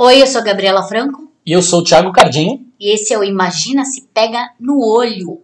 Oi, eu sou a Gabriela Franco. E eu sou o Thiago Cardinho. E esse é o Imagina Se Pega no Olho.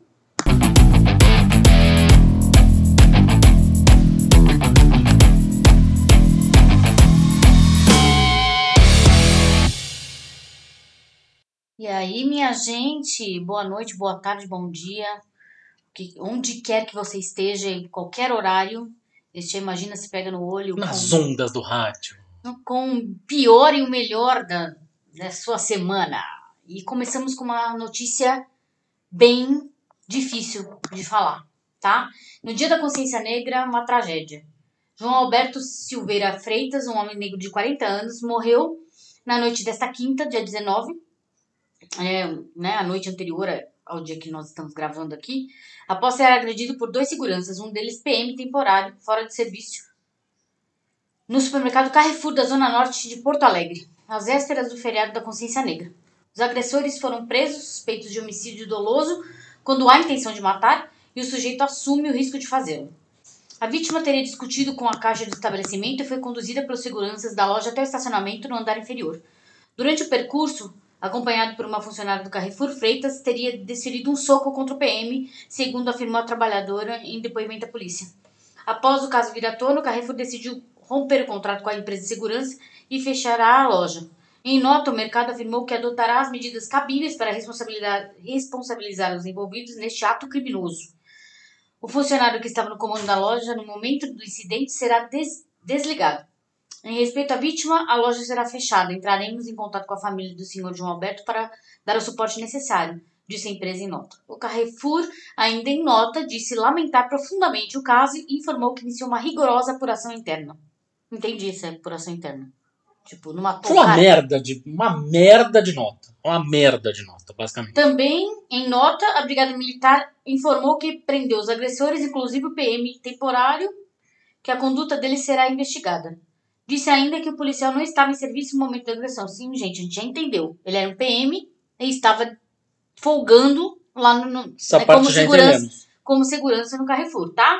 E aí, minha gente, boa noite, boa tarde, bom dia. Onde quer que você esteja, em qualquer horário, este Imagina Se Pega no Olho. Nas ondas do rádio. Com o pior e o melhor da sua semana. E começamos com uma notícia bem difícil de falar, tá? No Dia da Consciência Negra, uma tragédia. João Alberto Silveira Freitas, um homem negro de 40 anos, morreu na noite desta quinta, dia 19, a noite anterior ao dia que nós estamos gravando aqui, após ser agredido por 2 seguranças, um deles PM temporário, fora de serviço, no supermercado Carrefour da Zona Norte de Porto Alegre, às vésperas do feriado da Consciência Negra. Os agressores foram presos, suspeitos de homicídio doloso, quando há intenção de matar e o sujeito assume o risco de fazê-lo. A vítima teria discutido com a caixa do estabelecimento e foi conduzida pelos seguranças da loja até o estacionamento no andar inferior. Durante o percurso, acompanhado por uma funcionária do Carrefour, Freitas teria desferido um soco contra o PM, segundo afirmou a trabalhadora em depoimento à polícia. Após o caso vir à tona, o Carrefour decidiu romper o contrato com a empresa de segurança e fechará a loja. Em nota, o mercado afirmou que adotará as medidas cabíveis para responsabilizar os envolvidos neste ato criminoso. O funcionário que estava no comando da loja no momento do incidente será desligado. Em respeito à vítima, a loja será fechada. Entraremos em contato com a família do senhor João Alberto para dar o suporte necessário, disse a empresa em nota. O Carrefour, ainda em nota, disse lamentar profundamente o caso e informou que iniciou uma rigorosa apuração interna. Entendi essa apuração interna. Tipo, numa uma merda de nota. Uma merda de nota, basicamente. Também, em nota, a Brigada Militar informou que prendeu os agressores, inclusive o PM temporário, que a conduta dele será investigada. Disse ainda que o policial não estava em serviço no momento da agressão. Sim, gente, a gente já entendeu. Ele era um PM e estava folgando lá como segurança no Carrefour, tá?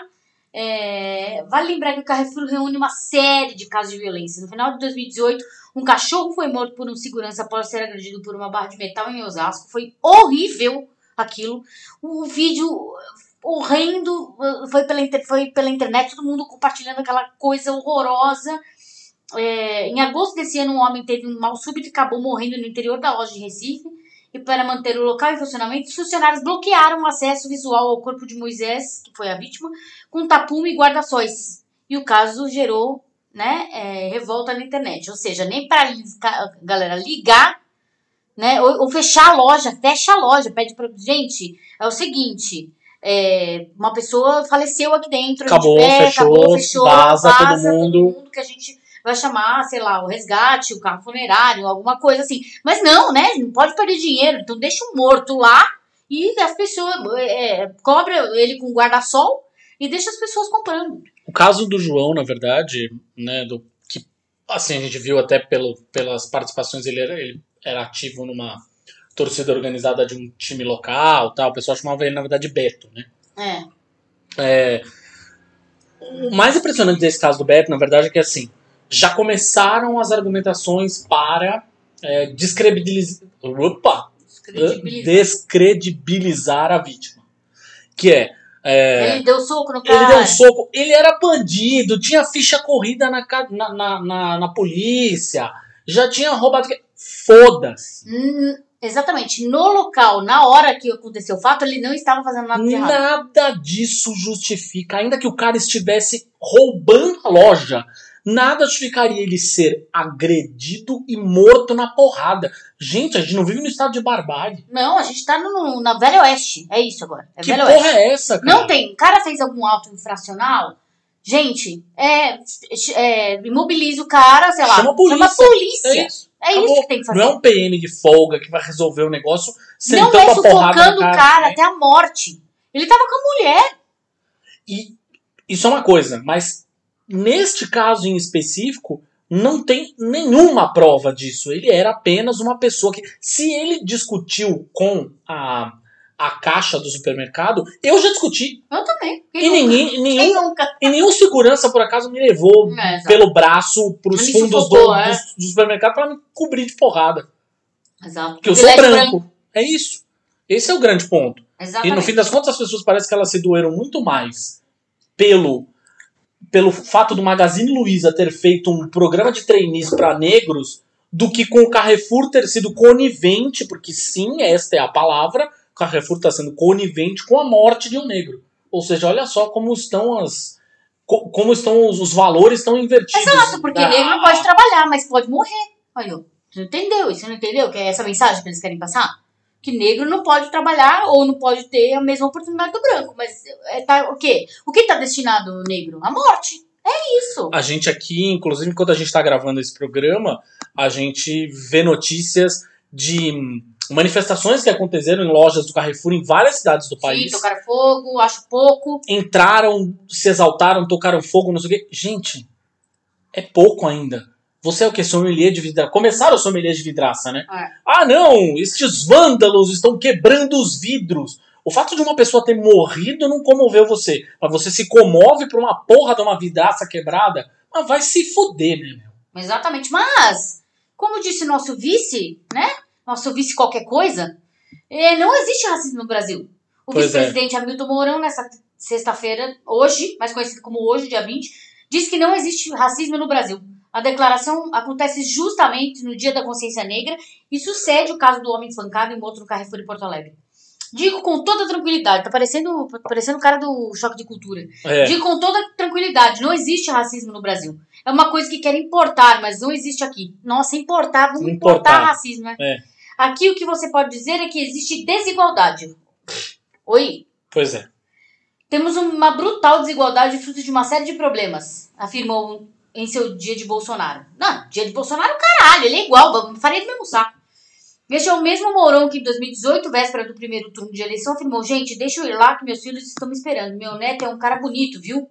Vale lembrar que o Carrefour reúne uma série de casos de violência. No final de 2018, um cachorro foi morto por um segurança após ser agredido por uma barra de metal em Osasco. Foi horrível aquilo. O vídeo horrendo foi pela internet, todo mundo compartilhando aquela coisa horrorosa. Em agosto desse ano, um homem teve um mal súbito e acabou morrendo no interior da loja de Recife. E para manter o local em funcionamento, os funcionários bloquearam o acesso visual ao corpo de Moisés, que foi a vítima, com tapume e guarda-sóis. E o caso gerou revolta na internet. Ou seja, nem para a galera ligar, né, ou fechar a loja, fecha a loja, pede para gente, é o seguinte, uma pessoa faleceu aqui dentro, fechou, vaza todo mundo que a gente vai chamar, sei lá, o resgate, o carro funerário, alguma coisa assim. Mas não, né? Não pode perder dinheiro. Então deixa o morto lá e as pessoas cobra ele com guarda-sol e deixa as pessoas comprando. O caso do João, na verdade, né, que assim a gente viu até pelas participações, ele era ativo numa torcida organizada de um time local, tal. O pessoal chamava ele na verdade de Beto, né? O mais impressionante desse caso do Beto, na verdade, é que assim já começaram as argumentações para descredibilizar a vítima. Que ele deu soco no cara. Ele deu soco. Ele era bandido, tinha ficha corrida na polícia, já tinha roubado. Foda-se. Exatamente. No local, na hora que aconteceu o fato, ele não estava fazendo nada de errado. Nada disso justifica. Ainda que o cara estivesse roubando a loja, nada justificaria ele ser agredido e morto na porrada. Gente, a gente não vive no estado de barbárie. Não, a gente tá na Velho Oeste. É isso agora. Que Velho porra Oeste. É essa, cara? Não tem. O cara fez algum auto infracional, gente, imobiliza o cara, sei lá. Chama a polícia. É isso que tem que fazer. Não é um PM de folga que vai resolver o negócio sentando a porrada. Não é sufocando o cara até a morte. Ele tava com a mulher. E isso é uma coisa, mas neste caso em específico, não tem nenhuma prova disso. Ele era apenas uma pessoa que, se ele discutiu com a a caixa do supermercado, eu já discuti. Eu também. E Quem nunca? nenhum segurança, por acaso, me levou pelo braço pros Me fundos sufocou, do supermercado pra me cobrir de porrada. Exato. Porque eu sou branco. É isso. Esse é o grande ponto. Exatamente. E no fim das contas, as pessoas parecem que elas se doeram muito mais pelo fato do Magazine Luiza ter feito um programa de trainees para negros do que com o Carrefour ter sido conivente, porque sim, esta é a palavra, o Carrefour está sendo conivente com a morte de um negro. Ou seja, olha só como estão os valores estão invertidos. Exato, porque negro não pode trabalhar, mas pode morrer. Olha, você não entendeu? Você não entendeu que é essa mensagem que eles querem passar? Que negro não pode trabalhar ou não pode ter a mesma oportunidade do branco. Mas tá, o quê? O que está destinado ao negro? A morte. É isso. A gente aqui, inclusive, quando a gente está gravando esse programa, a gente vê notícias de manifestações que aconteceram em lojas do Carrefour em várias cidades do país. Sim, tocaram fogo, acho pouco. Entraram, se exaltaram, tocaram fogo, não sei o quê. Gente, é pouco ainda. Você é o que? Sommelier de vidraça. Começaram o sommelier de vidraça, né? É. Ah, não! Estes vândalos estão quebrando os vidros. O fato de uma pessoa ter morrido não comoveu você. Mas você se comove por uma porra de uma vidraça quebrada. Mas vai se fuder, né, meu? Exatamente. Mas, como disse nosso vice, né? Nosso vice qualquer coisa, não existe racismo no Brasil. O vice-presidente Hamilton Mourão, nessa sexta-feira, hoje, mais conhecido como hoje, dia 20, disse que não existe racismo no Brasil. A declaração acontece justamente no Dia da Consciência Negra e sucede o caso do homem espancado em moto no Carrefour em Porto Alegre. Digo com toda tranquilidade, tá parecendo o cara do Choque de Cultura. Digo com toda tranquilidade, não existe racismo no Brasil. É uma coisa que querem importar, mas não existe aqui. Nossa, vamos importar racismo, né? Aqui o que você pode dizer é que existe desigualdade. Oi? Pois é. Temos uma brutal desigualdade fruto de uma série de problemas, afirmou em seu dia de Bolsonaro. Não, dia de Bolsonaro, caralho, ele é igual, faria do mesmo saco. Este é o mesmo Mourão que em 2018, véspera do primeiro turno de eleição, afirmou: gente, deixa eu ir lá que meus filhos estão me esperando. Meu neto é um cara bonito, viu?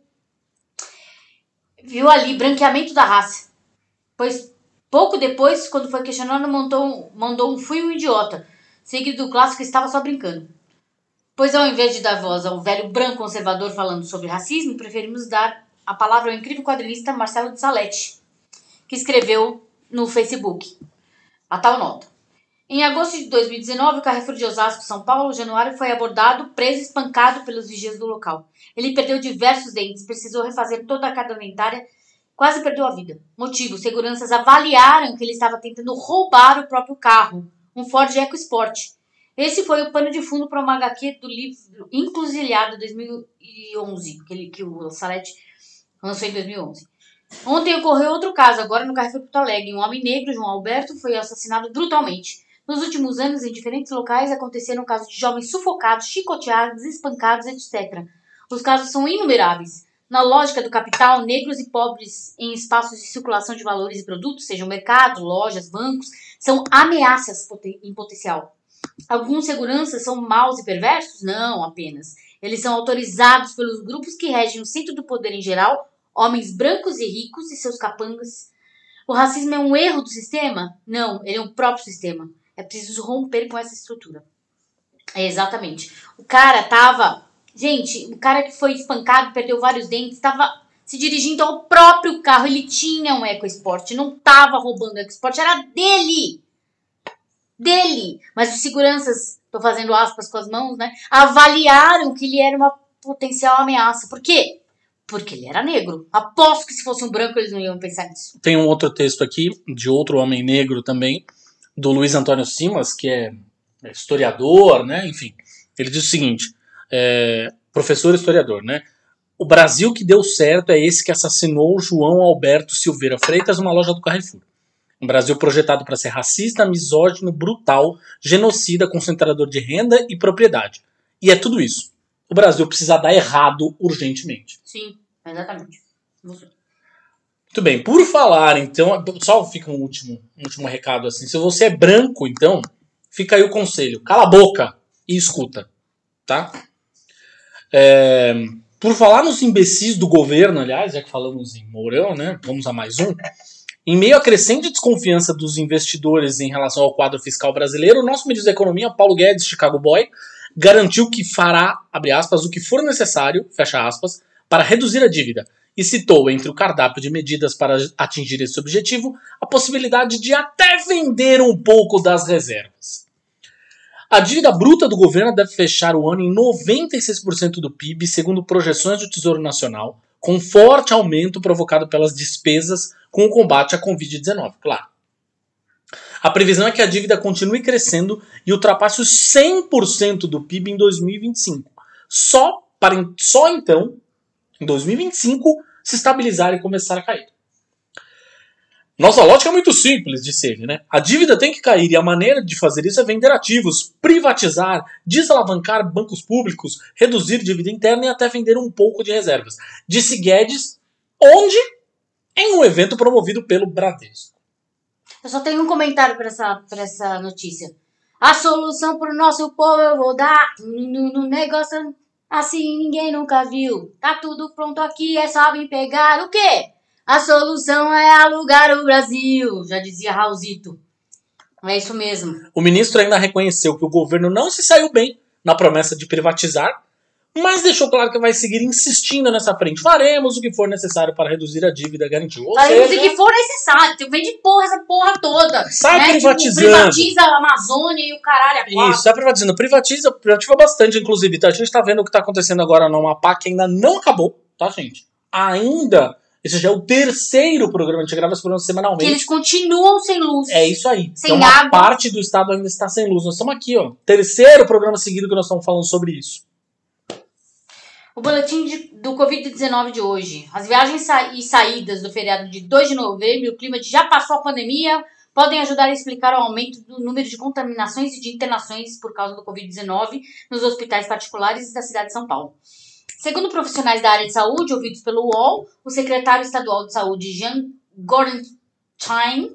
Viu ali, branqueamento da raça. Pois, pouco depois, quando foi questionado, mandou um fui um idiota, seguido do clássico estava só brincando. Pois ao invés de dar voz ao velho branco conservador falando sobre racismo, preferimos dar a palavra ao incrível quadrinista Marcelo de Salete, que escreveu no Facebook a tal nota. Em agosto de 2019, o Carrefour de Osasco, São Paulo, Januário, foi abordado, preso e espancado pelos vigias do local. Ele perdeu diversos dentes, precisou refazer toda a carga dentária, quase perdeu a vida. Motivo: seguranças avaliaram que ele estava tentando roubar o próprio carro, um Ford EcoSport. Esse foi o pano de fundo para uma HQ do livro Encruzilhada 2011, que o Salete lançou em 2011. Ontem ocorreu outro caso, agora no Carrefour Porto Alegre. Um homem negro, João Alberto, foi assassinado brutalmente. Nos últimos anos, em diferentes locais, aconteceram casos de jovens sufocados, chicoteados, espancados, etc. Os casos são inumeráveis. Na lógica do capital, negros e pobres em espaços de circulação de valores e produtos, sejam mercados, lojas, bancos, são ameaças em potencial. Alguns seguranças são maus e perversos? Não, apenas. Eles são autorizados pelos grupos que regem o centro do poder em geral, homens brancos e ricos e seus capangas. O racismo é um erro do sistema? Não, ele é um próprio sistema. É preciso romper com essa estrutura. Exatamente. O cara tava... Gente, o cara que foi espancado, perdeu vários dentes, tava se dirigindo ao próprio carro. Ele tinha um EcoSport, não tava roubando o EcoSport, era dele. Dele. Mas os seguranças, tô fazendo aspas com as mãos, né? Avaliaram que ele era uma potencial ameaça. Por quê? Porque ele era negro. Aposto que se fosse um branco eles não iam pensar nisso. Tem um outro texto aqui, de outro homem negro também, do Luiz Antônio Simas, que é historiador, né? Enfim, ele diz o seguinte, professor historiador, né? O Brasil que deu certo é esse que assassinou João Alberto Silveira Freitas numa loja do Carrefour. Um Brasil projetado para ser racista, misógino, brutal, genocida, concentrador de renda e propriedade. E é tudo isso. O Brasil precisa dar errado urgentemente. Sim, exatamente. Muito bem, por falar, então, só fica um último recado assim. Se você é branco, então, fica aí o conselho. Cala a boca e escuta, tá? Por falar nos imbecis do governo, aliás, já que falamos em Mourão, né? Vamos a mais um. Em meio à crescente desconfiança dos investidores em relação ao quadro fiscal brasileiro, o nosso ministro da Economia, Paulo Guedes, Chicago Boy, garantiu que fará, abre aspas, o que for necessário, fecha aspas, para reduzir a dívida, e citou entre o cardápio de medidas para atingir esse objetivo a possibilidade de até vender um pouco das reservas. A dívida bruta do governo deve fechar o ano em 96% do PIB, segundo projeções do Tesouro Nacional, com forte aumento provocado pelas despesas com o combate à Covid-19, claro. A previsão é que a dívida continue crescendo e ultrapasse os 100% do PIB em 2025. Só então, em 2025, se estabilizar e começar a cair. Nossa lógica é muito simples, disse ele, né? A dívida tem que cair e a maneira de fazer isso é vender ativos, privatizar, desalavancar bancos públicos, reduzir dívida interna e até vender um pouco de reservas. Disse Guedes, onde? Em um evento promovido pelo Bradesco. Eu só tenho um comentário para essa notícia. A solução pro nosso povo eu vou dar no negócio assim ninguém nunca viu. Tá tudo pronto aqui, é só vir pegar o quê? A solução é alugar o Brasil, já dizia Raulzito. É isso mesmo. O ministro ainda reconheceu que o governo não se saiu bem na promessa de privatizar, mas deixou claro que vai seguir insistindo nessa frente. Faremos o que for necessário para reduzir a dívida, garantiu. Faremos o que for necessário. Tem vende essa porra toda. Sai privatizando. Tipo, privatiza a Amazônia e o caralho a quatro. Isso, sai privatizando. Privativa bastante, inclusive. Tá? A gente tá vendo o que tá acontecendo agora no Amapá, que ainda não acabou, tá, gente? Ainda. Esse já é o terceiro programa, a gente grava esse programa semanalmente. Que eles continuam sem luz. É isso aí. Sem então, uma água. parte do estado ainda está sem luz. Nós estamos aqui, ó. Terceiro programa seguido que nós estamos falando sobre isso. O boletim do Covid-19 de hoje. As viagens e saídas do feriado de 2 de novembro e o clima de já passou a pandemia podem ajudar a explicar o aumento do número de contaminações e de internações por causa do Covid-19 nos hospitais particulares da cidade de São Paulo. Segundo profissionais da área de saúde, ouvidos pelo UOL, o secretário estadual de saúde, Jean Gorenstein,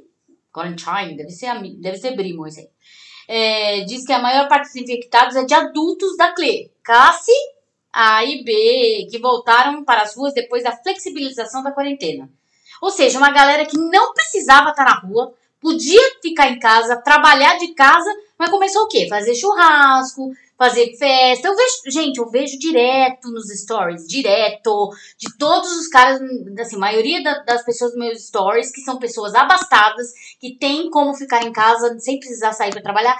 deve ser Brimo esse aí, diz que a maior parte dos infectados é de adultos da classe A e B, que voltaram para as ruas depois da flexibilização da quarentena. Ou seja, uma galera que não precisava estar na rua, podia ficar em casa, trabalhar de casa, mas começou o quê? Fazer churrasco, fazer festa. Eu vejo direto nos stories, de todos os caras, assim, a maioria das pessoas dos meus stories, que são pessoas abastadas, que tem como ficar em casa sem precisar sair para trabalhar,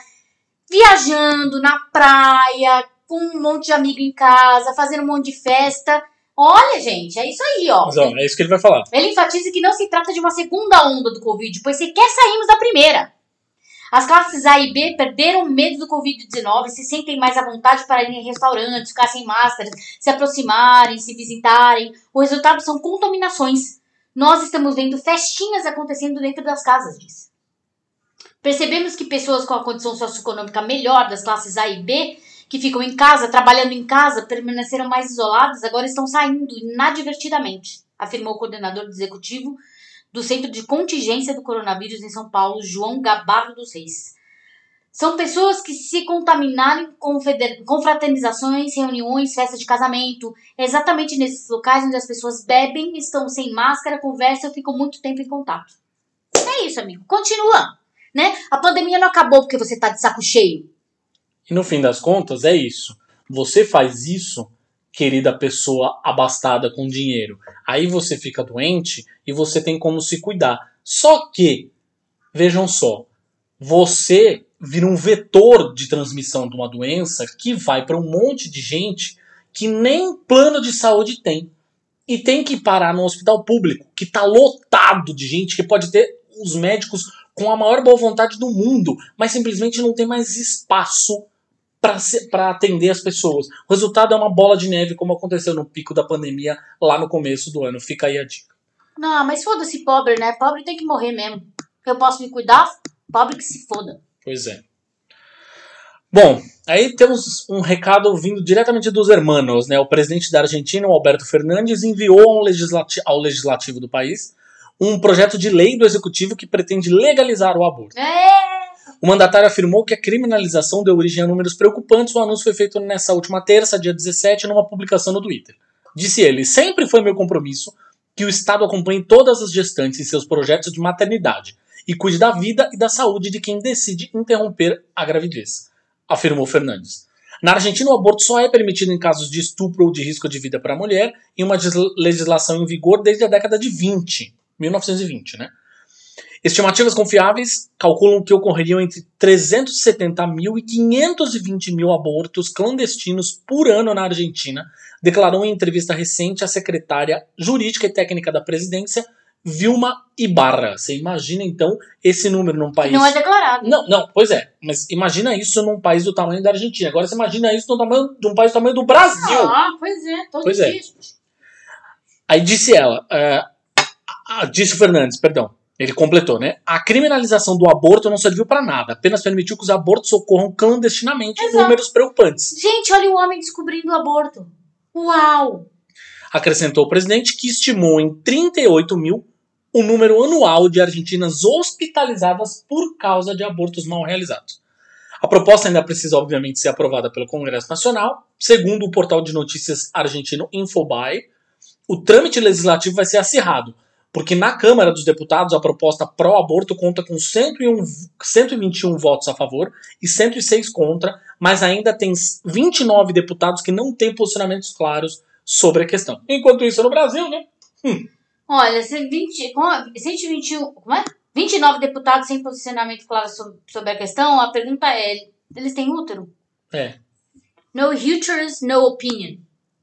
viajando na praia, com um monte de amigo em casa, fazendo um monte de festa. Olha, gente, é isso aí, ó. Mas, ó, é isso que ele vai falar. Ele enfatiza que não se trata de uma segunda onda do Covid, pois sequer saímos da primeira. As classes A e B perderam medo do Covid-19, se sentem mais à vontade para ir em restaurantes, ficar sem máscaras, se aproximarem, se visitarem. O resultado são contaminações. Nós estamos vendo festinhas acontecendo dentro das casas, diz. Percebemos que pessoas com a condição socioeconômica melhor das classes A e B, que ficam em casa, trabalhando em casa, permaneceram mais isoladas, agora estão saindo inadvertidamente, afirmou o coordenador executivo do Centro de Contingência do Coronavírus em São Paulo, João Gabardo dos Reis. São pessoas que se contaminaram com fraternizações, reuniões, festas de casamento, exatamente nesses locais onde as pessoas bebem, estão sem máscara, conversam e ficam muito tempo em contato. É isso, amigo. Continua, né? A pandemia não acabou porque você tá de saco cheio. E no fim das contas, é isso. Você faz isso, querida pessoa abastada com dinheiro. Aí você fica doente e você tem como se cuidar. Só que, vejam só, você vira um vetor de transmissão de uma doença que vai para um monte de gente que nem plano de saúde tem. E tem que parar no hospital público, que está lotado de gente, que pode ter os médicos com a maior boa vontade do mundo, mas simplesmente não tem mais espaço para atender as pessoas. O resultado é uma bola de neve, como aconteceu no pico da pandemia lá no começo do ano. Fica aí a dica. Não, mas foda-se pobre, né? Pobre tem que morrer mesmo. Eu posso me cuidar? Pobre que se foda. Pois é. Bom, aí temos um recado vindo diretamente dos hermanos, né? O presidente da Argentina, o Alberto Fernandes, enviou ao legislativo do país um projeto de lei do executivo que pretende legalizar o aborto. O mandatário afirmou que a criminalização deu origem a números preocupantes. O anúncio foi feito nessa última terça, dia 17, numa publicação no Twitter. Disse ele: sempre foi meu compromisso que o Estado acompanhe todas as gestantes em seus projetos de maternidade e cuide da vida e da saúde de quem decide interromper a gravidez, afirmou Fernandes. Na Argentina, o aborto só é permitido em casos de estupro ou de risco de vida para a mulher, em uma legislação em vigor desde a década de 1920, né? Estimativas confiáveis calculam que ocorreriam entre 370 mil e 520 mil abortos clandestinos por ano na Argentina, declarou em entrevista recente a secretária jurídica e técnica da presidência, Vilma Ibarra. Você imagina, então, esse número num país... Não é declarado. Não, pois é. Mas imagina isso num país do tamanho da Argentina. Agora você imagina isso de um país do tamanho do Brasil. Pois é. Pois é. Aí disse ela... disse o Fernandes, perdão. Ele completou, né? A criminalização do aborto não serviu para nada. Apenas permitiu que os abortos ocorram clandestinamente em números preocupantes. Gente, olha o homem descobrindo o aborto. Uau! Acrescentou o presidente, que estimou em 38 mil o número anual de argentinas hospitalizadas por causa de abortos mal realizados. A proposta ainda precisa, obviamente, ser aprovada pelo Congresso Nacional. Segundo o portal de notícias argentino Infobae, o trâmite legislativo vai ser acirrado, porque na Câmara dos Deputados a proposta pró-aborto conta com 121 votos a favor e 106 contra, mas ainda tem 29 deputados que não têm posicionamentos claros sobre a questão. Enquanto isso, no Brasil, né? Olha, 121, como é? 29 deputados sem posicionamento claro sobre a questão. A pergunta é, eles têm útero? É. No uterus, no opinion.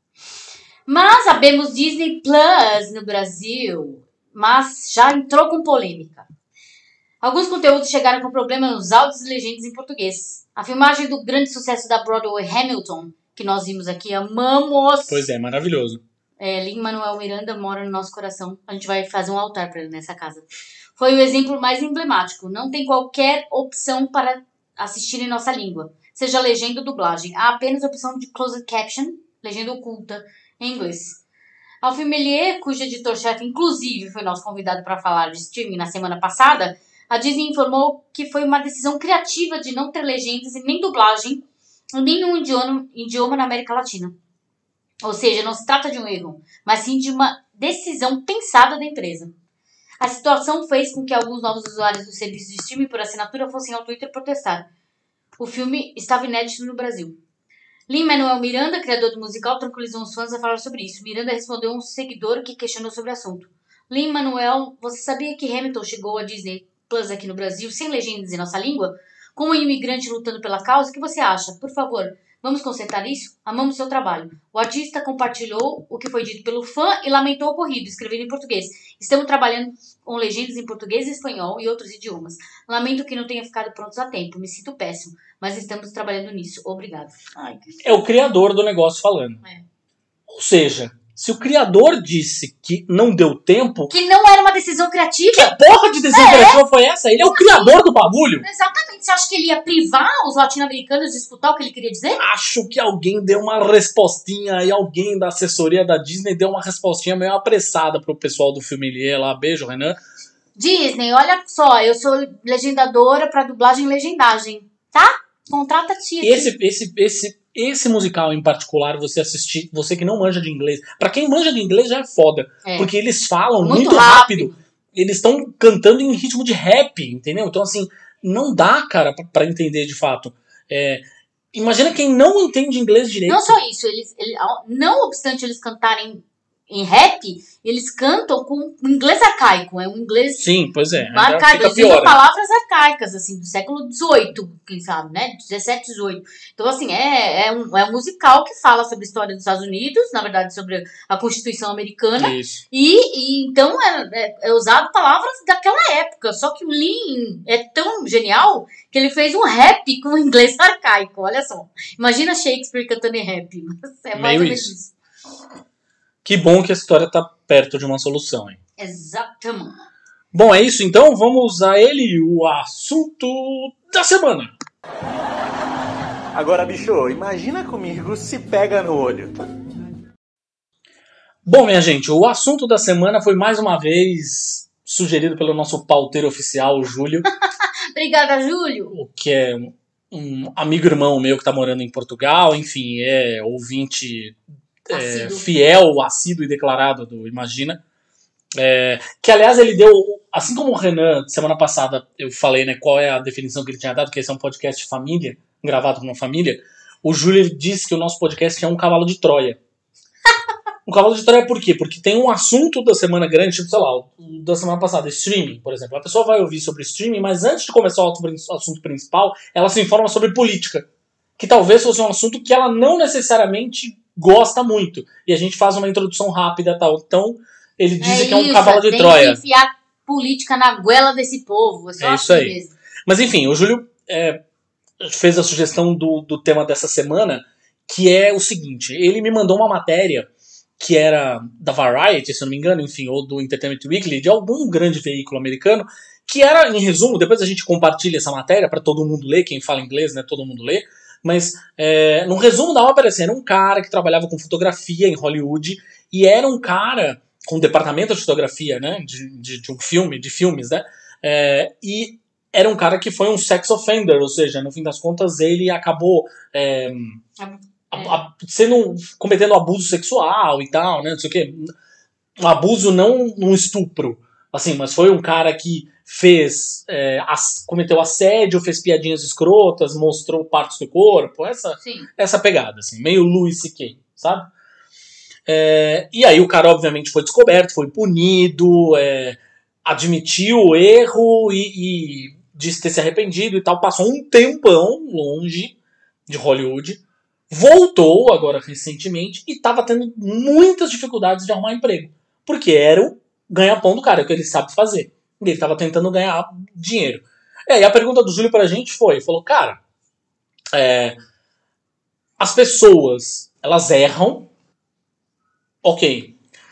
Mas sabemos Disney Plus no Brasil, mas já entrou com polêmica. Alguns conteúdos chegaram com problema nos áudios e legendas em português. A filmagem do grande sucesso da Broadway Hamilton, que nós vimos aqui, amamos. Pois é, maravilhoso. Lin-Manuel Miranda mora no nosso coração. A gente vai fazer um altar para ele nessa casa. Foi o exemplo mais emblemático. Não tem qualquer opção para assistir em nossa língua, seja legenda ou dublagem. Há apenas a opção de closed caption, legenda oculta, em inglês. Alfimelier, cujo editor-chefe inclusive foi nosso convidado para falar de streaming na semana passada, a Disney informou que foi uma decisão criativa de não ter legendas e nem dublagem em nenhum idioma na América Latina. Ou seja, não se trata de um erro, mas sim de uma decisão pensada da empresa. A situação fez com que alguns novos usuários do serviço de streaming por assinatura fossem ao Twitter protestar. O filme estava inédito no Brasil. Lin-Manuel Miranda, criador do musical, tranquilizou os fãs a falar sobre isso. Miranda respondeu a um seguidor que questionou sobre o assunto. Lin-Manuel, você sabia que Hamilton chegou a Disney Plus aqui no Brasil sem legendas em nossa língua? Com um imigrante lutando pela causa, o que você acha? Por favor, vamos consertar isso? Amamos seu trabalho. O artista compartilhou o que foi dito pelo fã e lamentou o ocorrido, escrevendo em português. Estamos trabalhando com legendas em português, espanhol e outros idiomas. Lamento que não tenha ficado prontos a tempo. Me sinto péssimo, mas estamos trabalhando nisso. Obrigado. Ai, é o criador do negócio falando. Ou seja, se o criador disse que não deu tempo... Que não era uma decisão criativa. Que porra de decisão criativa foi essa? Ele é o criador do bagulho. Exatamente. Você acha que ele ia privar os latino-americanos de escutar o que ele queria dizer? Acho que alguém deu uma respostinha aí, alguém da assessoria da Disney deu uma respostinha meio apressada pro pessoal do Filmelier lá. Beijo, Renan. Disney, olha só, eu sou legendadora pra dublagem e legendagem, tá? Contrata a tia. Esse musical em particular, você assistir, você que não manja de inglês, pra quem manja de inglês já é foda, porque eles falam muito rápido. Eles estão cantando em ritmo de rap, entendeu? Então assim, não dá, cara, pra entender de fato. Imagina quem não entende inglês direito. Não só isso, não obstante eles cantarem em rap, eles cantam com inglês arcaico. É um inglês... Sim, pois é. Arcaico. Eles usam palavras arcaicas, assim, do século XVIII, quem sabe, né? 17, 18. Então, assim, é um musical que fala sobre a história dos Estados Unidos, na verdade, sobre a Constituição Americana. Isso. E então, é usado palavras daquela época. Só que o Lin é tão genial que ele fez um rap com inglês arcaico. Olha só. Imagina Shakespeare cantando em rap. É mais ou menos isso. Que bom que a história tá perto de uma solução, hein? Exatamente. Bom, é isso então. Vamos a ele, o assunto da semana. Agora, bicho, imagina comigo se pega no olho. Bom, minha gente, o assunto da semana foi mais uma vez sugerido pelo nosso pauteiro oficial, o Júlio. Obrigada, Júlio. O que é um amigo-irmão meu que tá morando em Portugal. Enfim, é ouvinte... fiel, assíduo e declarado do Imagina. Que, aliás, ele deu... Assim como o Renan, semana passada, eu falei, né, qual é a definição que ele tinha dado, que esse é um podcast família, gravado com uma família. O Júlio disse que o nosso podcast é um cavalo de Troia. Um cavalo de Troia por quê? Porque tem um assunto da semana grande, tipo, sei lá, o da semana passada, streaming, por exemplo. A pessoa vai ouvir sobre streaming, mas antes de começar o assunto principal, ela se informa sobre política. Que talvez fosse um assunto que ela não necessariamente gosta muito. E a gente faz uma introdução rápida e tal. Então, ele diz que é um cavalo de Troia. Tem que enfiar política na goela desse povo. É isso aí. Mesmo. Mas enfim, o Júlio fez a sugestão do tema dessa semana, que é o seguinte. Ele me mandou uma matéria que era da Variety, se não me engano, enfim, ou do Entertainment Weekly, de algum grande veículo americano, que era, em resumo, depois a gente compartilha essa matéria para todo mundo ler, quem fala inglês, né, todo mundo lê, mas no resumo da ópera, assim, era um cara que trabalhava com fotografia em Hollywood, e era um cara com um departamento de fotografia, né, de um filme, de filmes, né, e era um cara que foi um sex offender, ou seja, no fim das contas ele acabou cometendo abuso sexual e tal, né, não sei o quê. Um abuso não um estupro, assim, mas foi um cara que cometeu assédio, fez piadinhas escrotas, mostrou partes do corpo, essa pegada, assim, meio Louis C.K., sabe? E aí o cara obviamente foi descoberto, foi punido, admitiu o erro e disse ter se arrependido e tal, passou um tempão longe de Hollywood, voltou agora recentemente e estava tendo muitas dificuldades de arrumar emprego. Porque era o ganha-pão do cara, é o que ele sabe fazer. E ele estava tentando ganhar dinheiro. E aí a pergunta do Júlio pra gente falou, cara, as pessoas, elas erram, ok.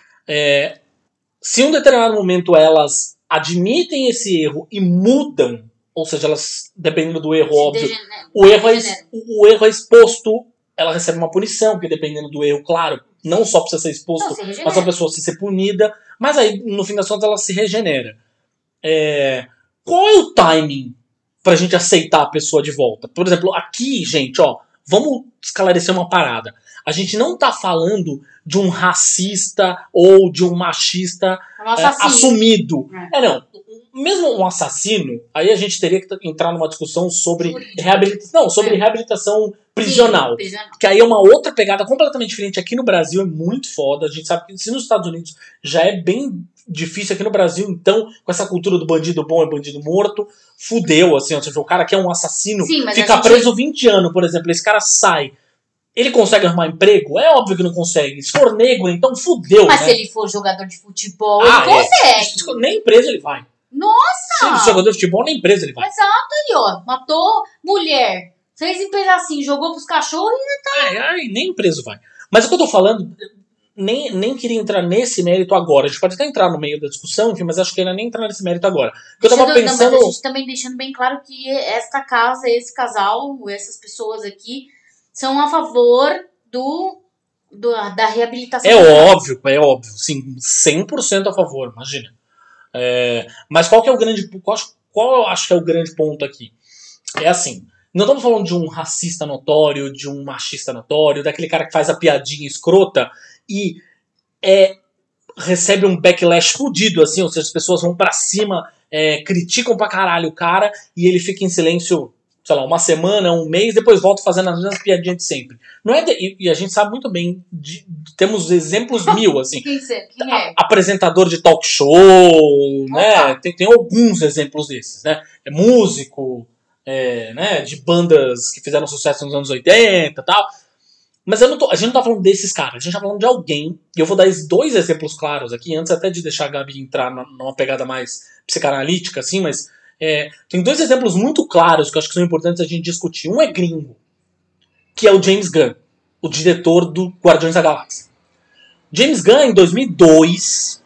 Se em um determinado momento elas admitem esse erro e mudam, ou seja, elas, dependendo do erro, óbvio, o erro é exposto, ela recebe uma punição, porque dependendo do erro, claro, não só precisa ser exposto, mas a pessoa se ser punida, mas aí, no fim das contas, ela se regenera. Qual é o timing pra gente aceitar a pessoa de volta? Por exemplo, aqui, gente, vamos esclarecer uma parada. A gente não tá falando de um racista ou de um machista assumido. Não. Mesmo um assassino, aí a gente teria que entrar numa discussão sobre reabilitação prisional. Que aí é uma outra pegada completamente diferente. Aqui no Brasil é muito foda. A gente sabe que se nos Estados Unidos já é bem difícil, aqui no Brasil, então, com essa cultura do bandido bom e bandido morto, fudeu, assim. Ou seja, o cara que é um assassino fica preso 20 anos, por exemplo. Esse cara sai. Ele consegue arrumar emprego? É óbvio que não consegue. Se for negro, então fudeu. Mas se ele for jogador de futebol, ele consegue. Nem preso ele vai. Nossa! Se ele for jogador de futebol, nem preso ele vai. Exato, aí, matou mulher, fez em pedacinho, jogou pros cachorros e tá. Nem preso vai. Mas o que eu tô falando, nem queria entrar nesse mérito agora. A gente pode até entrar no meio da discussão, enfim, mas acho que ainda nem entrar nesse mérito agora. Porque eu tava pensando. Mas a gente também deixando bem claro que esta casa, esse casal, essas pessoas aqui, são a favor da reabilitação. É óbvio, sim, 100% a favor, imagina. Mas qual que é o grande... Qual eu acho que é o grande ponto aqui? É assim, não estamos falando de um racista notório, de um machista notório, daquele cara que faz a piadinha escrota e recebe um backlash fudido, assim, ou seja, as pessoas vão pra cima, criticam pra caralho o cara e ele fica em silêncio, sei lá, uma semana, um mês, depois volta fazendo as mesmas piadinhas de sempre. Não e a gente sabe muito bem, temos exemplos mil, assim. Quem é? Apresentador de talk show, né? Tem alguns exemplos desses, né? Músico, né? De bandas que fizeram sucesso nos anos 80 e tal. Mas a gente não tá falando desses caras, a gente tá falando de alguém, e eu vou dar 2 exemplos claros aqui, antes até de deixar a Gabi entrar numa pegada mais psicanalítica, assim, mas tem 2 exemplos muito claros que eu acho que são importantes a gente discutir. Um é gringo, que é o James Gunn, o diretor do Guardiões da Galáxia. James Gunn, em 2002,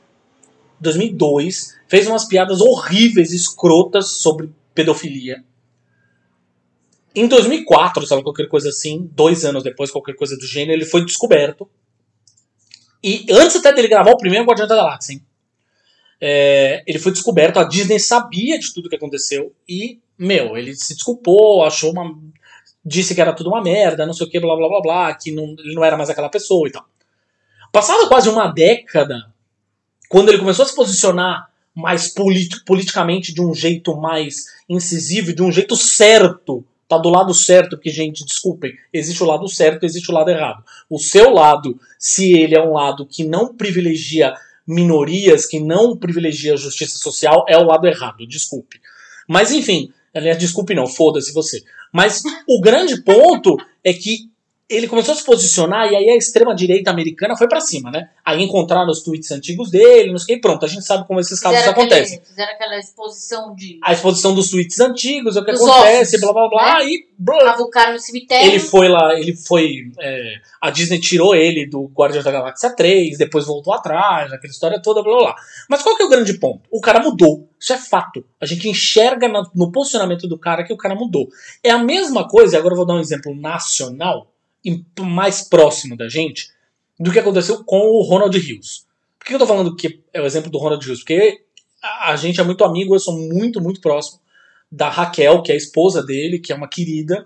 fez umas piadas horríveis, escrotas sobre pedofilia. Em 2004, sabe, qualquer coisa assim, 2 anos depois, qualquer coisa do gênero, ele foi descoberto. E antes até dele gravar o primeiro Guardiões da Galáxia, hein? Ele foi descoberto, a Disney sabia de tudo que aconteceu e, ele se desculpou, disse que era tudo uma merda, não sei o que, blá blá blá blá, que ele não era mais aquela pessoa e tal. Passada quase uma década, quando ele começou a se posicionar mais politicamente de um jeito mais incisivo, de um jeito certo tá do lado certo, porque, gente, desculpem, existe o lado certo, existe o lado errado. O seu lado, se ele é um lado que não privilegia minorias, que não privilegia a justiça social, é o lado errado, desculpe. Mas, enfim, aliás, desculpe não, foda-se você. Mas o grande ponto é que ele começou a se posicionar e aí a extrema-direita americana foi pra cima, né? Aí encontraram os tweets antigos dele, não sei o que, e pronto, a gente sabe como esses casos acontecem. Fizeram aquela exposição de... A exposição dos tweets antigos, é o que acontece, ossos, blá blá blá, né? e... Cavucaram no cemitério. Ele foi lá, a Disney tirou ele do Guardiões da Galáxia 3, depois voltou atrás, aquela história toda, blá blá blá. Mas qual que é o grande ponto? O cara mudou, isso é fato. A gente enxerga no posicionamento do cara que o cara mudou. É a mesma coisa, agora eu vou dar um exemplo nacional, mais próximo da gente, do que aconteceu com o Ronald Rios. Por que eu tô falando que é o exemplo do Ronald Rios? Porque a gente é muito amigo, eu sou muito, muito próximo da Raquel, que é a esposa dele, que é uma querida.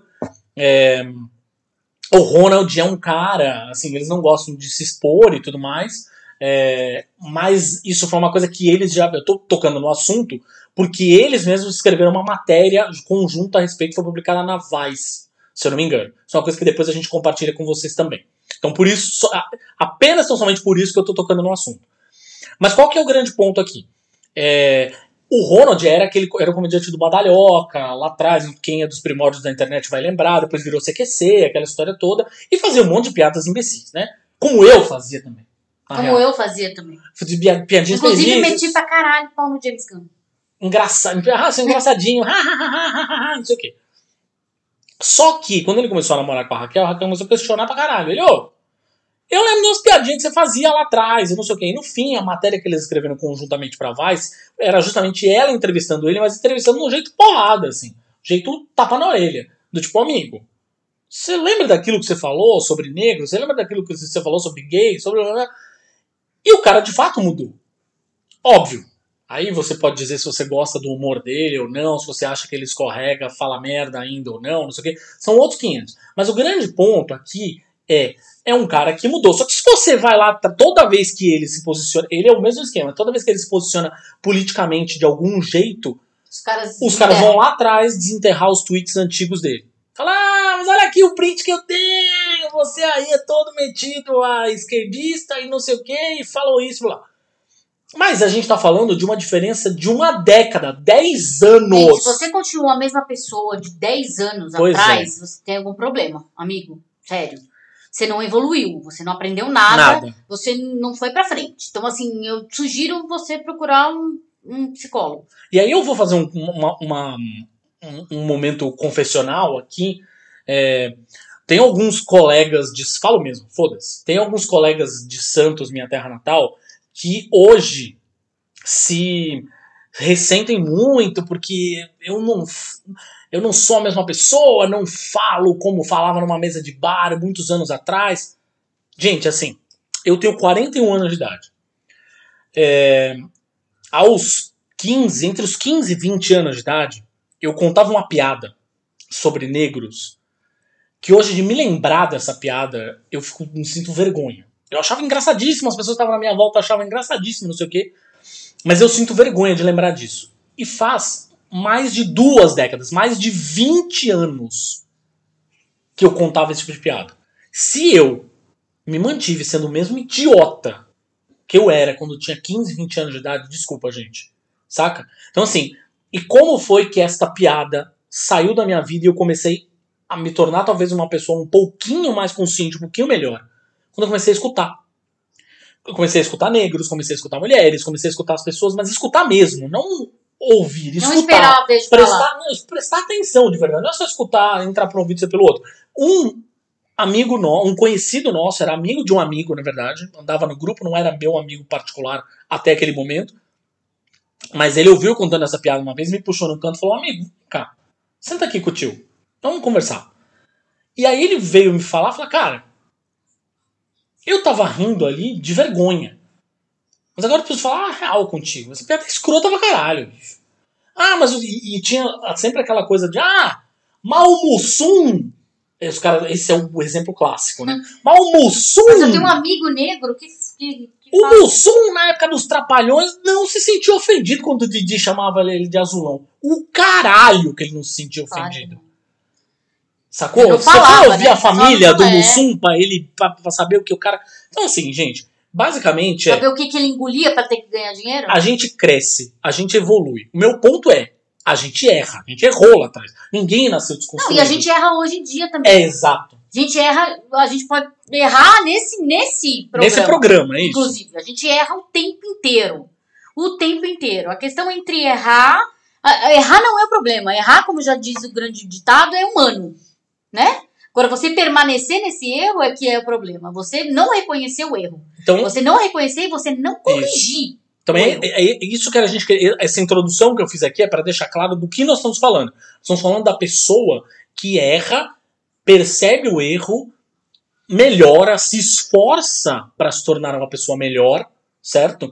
O Ronald é um cara, assim, eles não gostam de se expor e tudo mais, mas isso foi uma coisa que eles já... Eu tô tocando no assunto, porque eles mesmos escreveram uma matéria conjunta a respeito, que foi publicada na Vice, se eu não me engano. Isso é uma coisa que depois a gente compartilha com vocês também. Então, por isso, apenas tão somente por isso que eu tô tocando no assunto. Mas qual que é o grande ponto aqui? O Ronald era o comediante do Badalhoca, lá atrás, quem é dos primórdios da internet vai lembrar, depois virou CQC, aquela história toda, e fazia um monte de piadas imbecis, né? Como eu fazia também. Eu fazia também. Fazia piadinhas inclusive, meti pra caralho pau no James Gunn. Engraçadinho, não sei o quê. Só que, quando ele começou a namorar com a Raquel começou a questionar pra caralho. Ele, eu lembro de umas piadinhas que você fazia lá atrás, e não sei o quê. E no fim, a matéria que eles escreveram conjuntamente pra Vice era justamente ela entrevistando ele, mas entrevistando de um jeito porrada, assim. Jeito tapa na orelha. Do tipo, amigo, você lembra daquilo que você falou sobre negros? Você lembra daquilo que você falou sobre gay? E o cara, de fato, mudou. Óbvio. Aí você pode dizer se você gosta do humor dele ou não, se você acha que ele escorrega, fala merda ainda ou não sei o quê. São outros 500. Mas o grande ponto aqui é um cara que mudou. Só que se você vai lá, toda vez que ele se posiciona, ele é o mesmo esquema, toda vez que ele se posiciona politicamente de algum jeito, os caras vão lá atrás desenterrar os tweets antigos dele. Fala, mas olha aqui o print que eu tenho, você aí é todo metido a esquerdista e não sei o quê, e falou isso lá. Mas a gente tá falando de uma diferença de uma década, 10 anos. Gente, se você continua a mesma pessoa de 10 anos atrás, você tem algum problema, amigo. Sério. Você não evoluiu, você não aprendeu nada. Você não foi pra frente. Então, assim, eu sugiro você procurar um psicólogo. E aí eu vou fazer um momento confessional aqui. Tem alguns colegas falo mesmo, foda-se. Tem alguns colegas de Santos, minha terra natal, que hoje se ressentem muito porque eu não sou a mesma pessoa, não falo como falava numa mesa de bar muitos anos atrás. Gente, assim, eu tenho 41 anos de idade. Entre os 15 e 20 anos de idade, eu contava uma piada sobre negros que hoje, de me lembrar dessa piada, me sinto vergonha. Eu achava engraçadíssimo, as pessoas que estavam na minha volta achavam engraçadíssimo, não sei o quê. Mas eu sinto vergonha de lembrar disso. E faz mais de 2 décadas, mais de 20 anos que eu contava esse tipo de piada. Se eu me mantive sendo o mesmo idiota que eu era quando eu tinha 15, 20 anos de idade, desculpa, gente. Saca? Então, assim, e como foi que esta piada saiu da minha vida e eu comecei a me tornar talvez uma pessoa um pouquinho mais consciente, um pouquinho melhor? Quando eu comecei a escutar. Eu comecei a escutar negros, comecei a escutar mulheres, comecei a escutar as pessoas, mas escutar mesmo, não ouvir, escutar. Não esperar a vez de falar. Prestar atenção de verdade, não é só escutar, entrar para um ouvido e ser pelo outro. Um conhecido nosso, era amigo de um amigo, na verdade, andava no grupo, não era meu amigo particular até aquele momento, mas ele ouviu contando essa piada uma vez, me puxou no canto e falou, amigo, cá, senta aqui com o tio, vamos conversar. E aí ele veio me falar, cara, eu tava rindo ali de vergonha. Mas agora eu preciso falar real contigo. Essa piada é escrota pra caralho, bicho. Mas... E tinha sempre aquela coisa de... Mal Mussum... Esse é o exemplo clássico, né? Mal Mussum... Mas eu tenho um amigo negro que o Mussum, na época dos Trapalhões, não se sentiu ofendido quando o Didi chamava ele de azulão. O caralho que ele não se sentiu ofendido. Sacou? Eu Você falava, foi ouvir né? a família do Não é. Mussum pra saber o que o cara... Então, assim, gente, basicamente Saber o que ele engolia pra ter que ganhar dinheiro? a gente cresce, a gente evolui. O meu ponto é, a gente erra, a gente errou lá atrás. Ninguém nasceu Não, desconstruído. e a gente erra hoje em dia também. É exato. A gente erra, a gente pode errar nesse programa. Nesse programa, é isso. Inclusive, a gente erra o tempo inteiro. O tempo inteiro. A questão entre errar... Errar não é o problema. Errar, como já diz o grande ditado, é humano. Né? Agora, você permanecer nesse erro é que é o problema. Você não reconhecer o erro. Então, Você não reconhecer e você não corrigir. também é isso que a gente quer. Essa introdução que eu fiz aqui é para deixar claro do que nós estamos falando. Estamos falando da pessoa que erra, percebe o erro, melhora, se esforça para se tornar uma pessoa melhor, certo?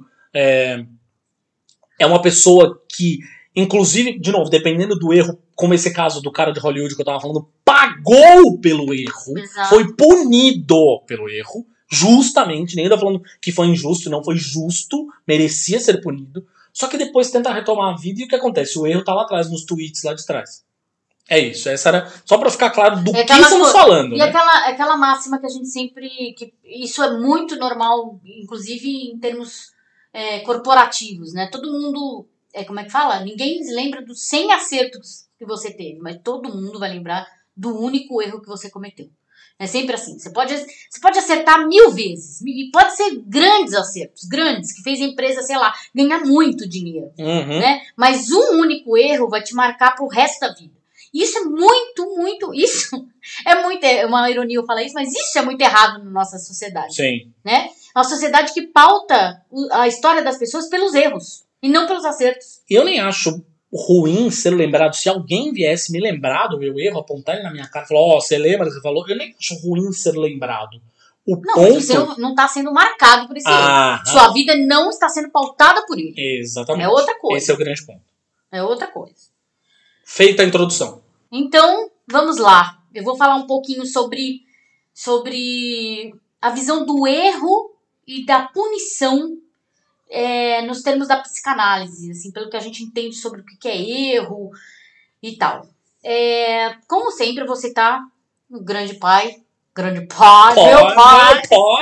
É uma pessoa que, inclusive, de novo, dependendo do erro, como esse caso do cara de Hollywood que eu tava falando, pagou pelo erro, Exato. foi punido pelo erro, justamente, nem ainda falando que foi injusto, não foi justo, merecia ser punido, só que depois tenta retomar a vida e o que acontece? O erro tá lá atrás, nos tweets lá de trás. É isso, essa era só pra ficar claro do que estamos falando. E né? aquela máxima que a gente sempre... isso é muito normal, inclusive em termos corporativos, né? Todo mundo... como é que fala? Ninguém lembra dos 100 acertos que você teve, mas todo mundo vai lembrar do único erro que você cometeu. É sempre assim. Você pode acertar 1000 vezes. E pode ser grandes acertos, grandes, que fez a empresa, sei lá, ganhar muito dinheiro. Uhum. Né? Mas um único erro vai te marcar pro resto da vida. Isso é muito... Isso é uma ironia eu falar isso, mas isso é muito errado na nossa sociedade. Sim. Né? É uma sociedade que pauta a história das pessoas pelos erros e não pelos acertos. Eu nem acho ruim ser lembrado. Se alguém viesse me lembrar do meu erro, apontar ele na minha cara e falar, você lembra que você falou? Eu nem acho ruim ser lembrado. O Não, ponto... você não está sendo marcado por esse erro. Sua vida não está sendo pautada por ele. Exatamente. É outra coisa. Esse é o grande ponto. É outra coisa. Feita a introdução. Então, vamos lá. Eu vou falar um pouquinho sobre a visão do erro e da punição nos termos da psicanálise, assim, pelo que a gente entende sobre o que é erro e tal. Como sempre, eu vou citar o grande pai, meu pai.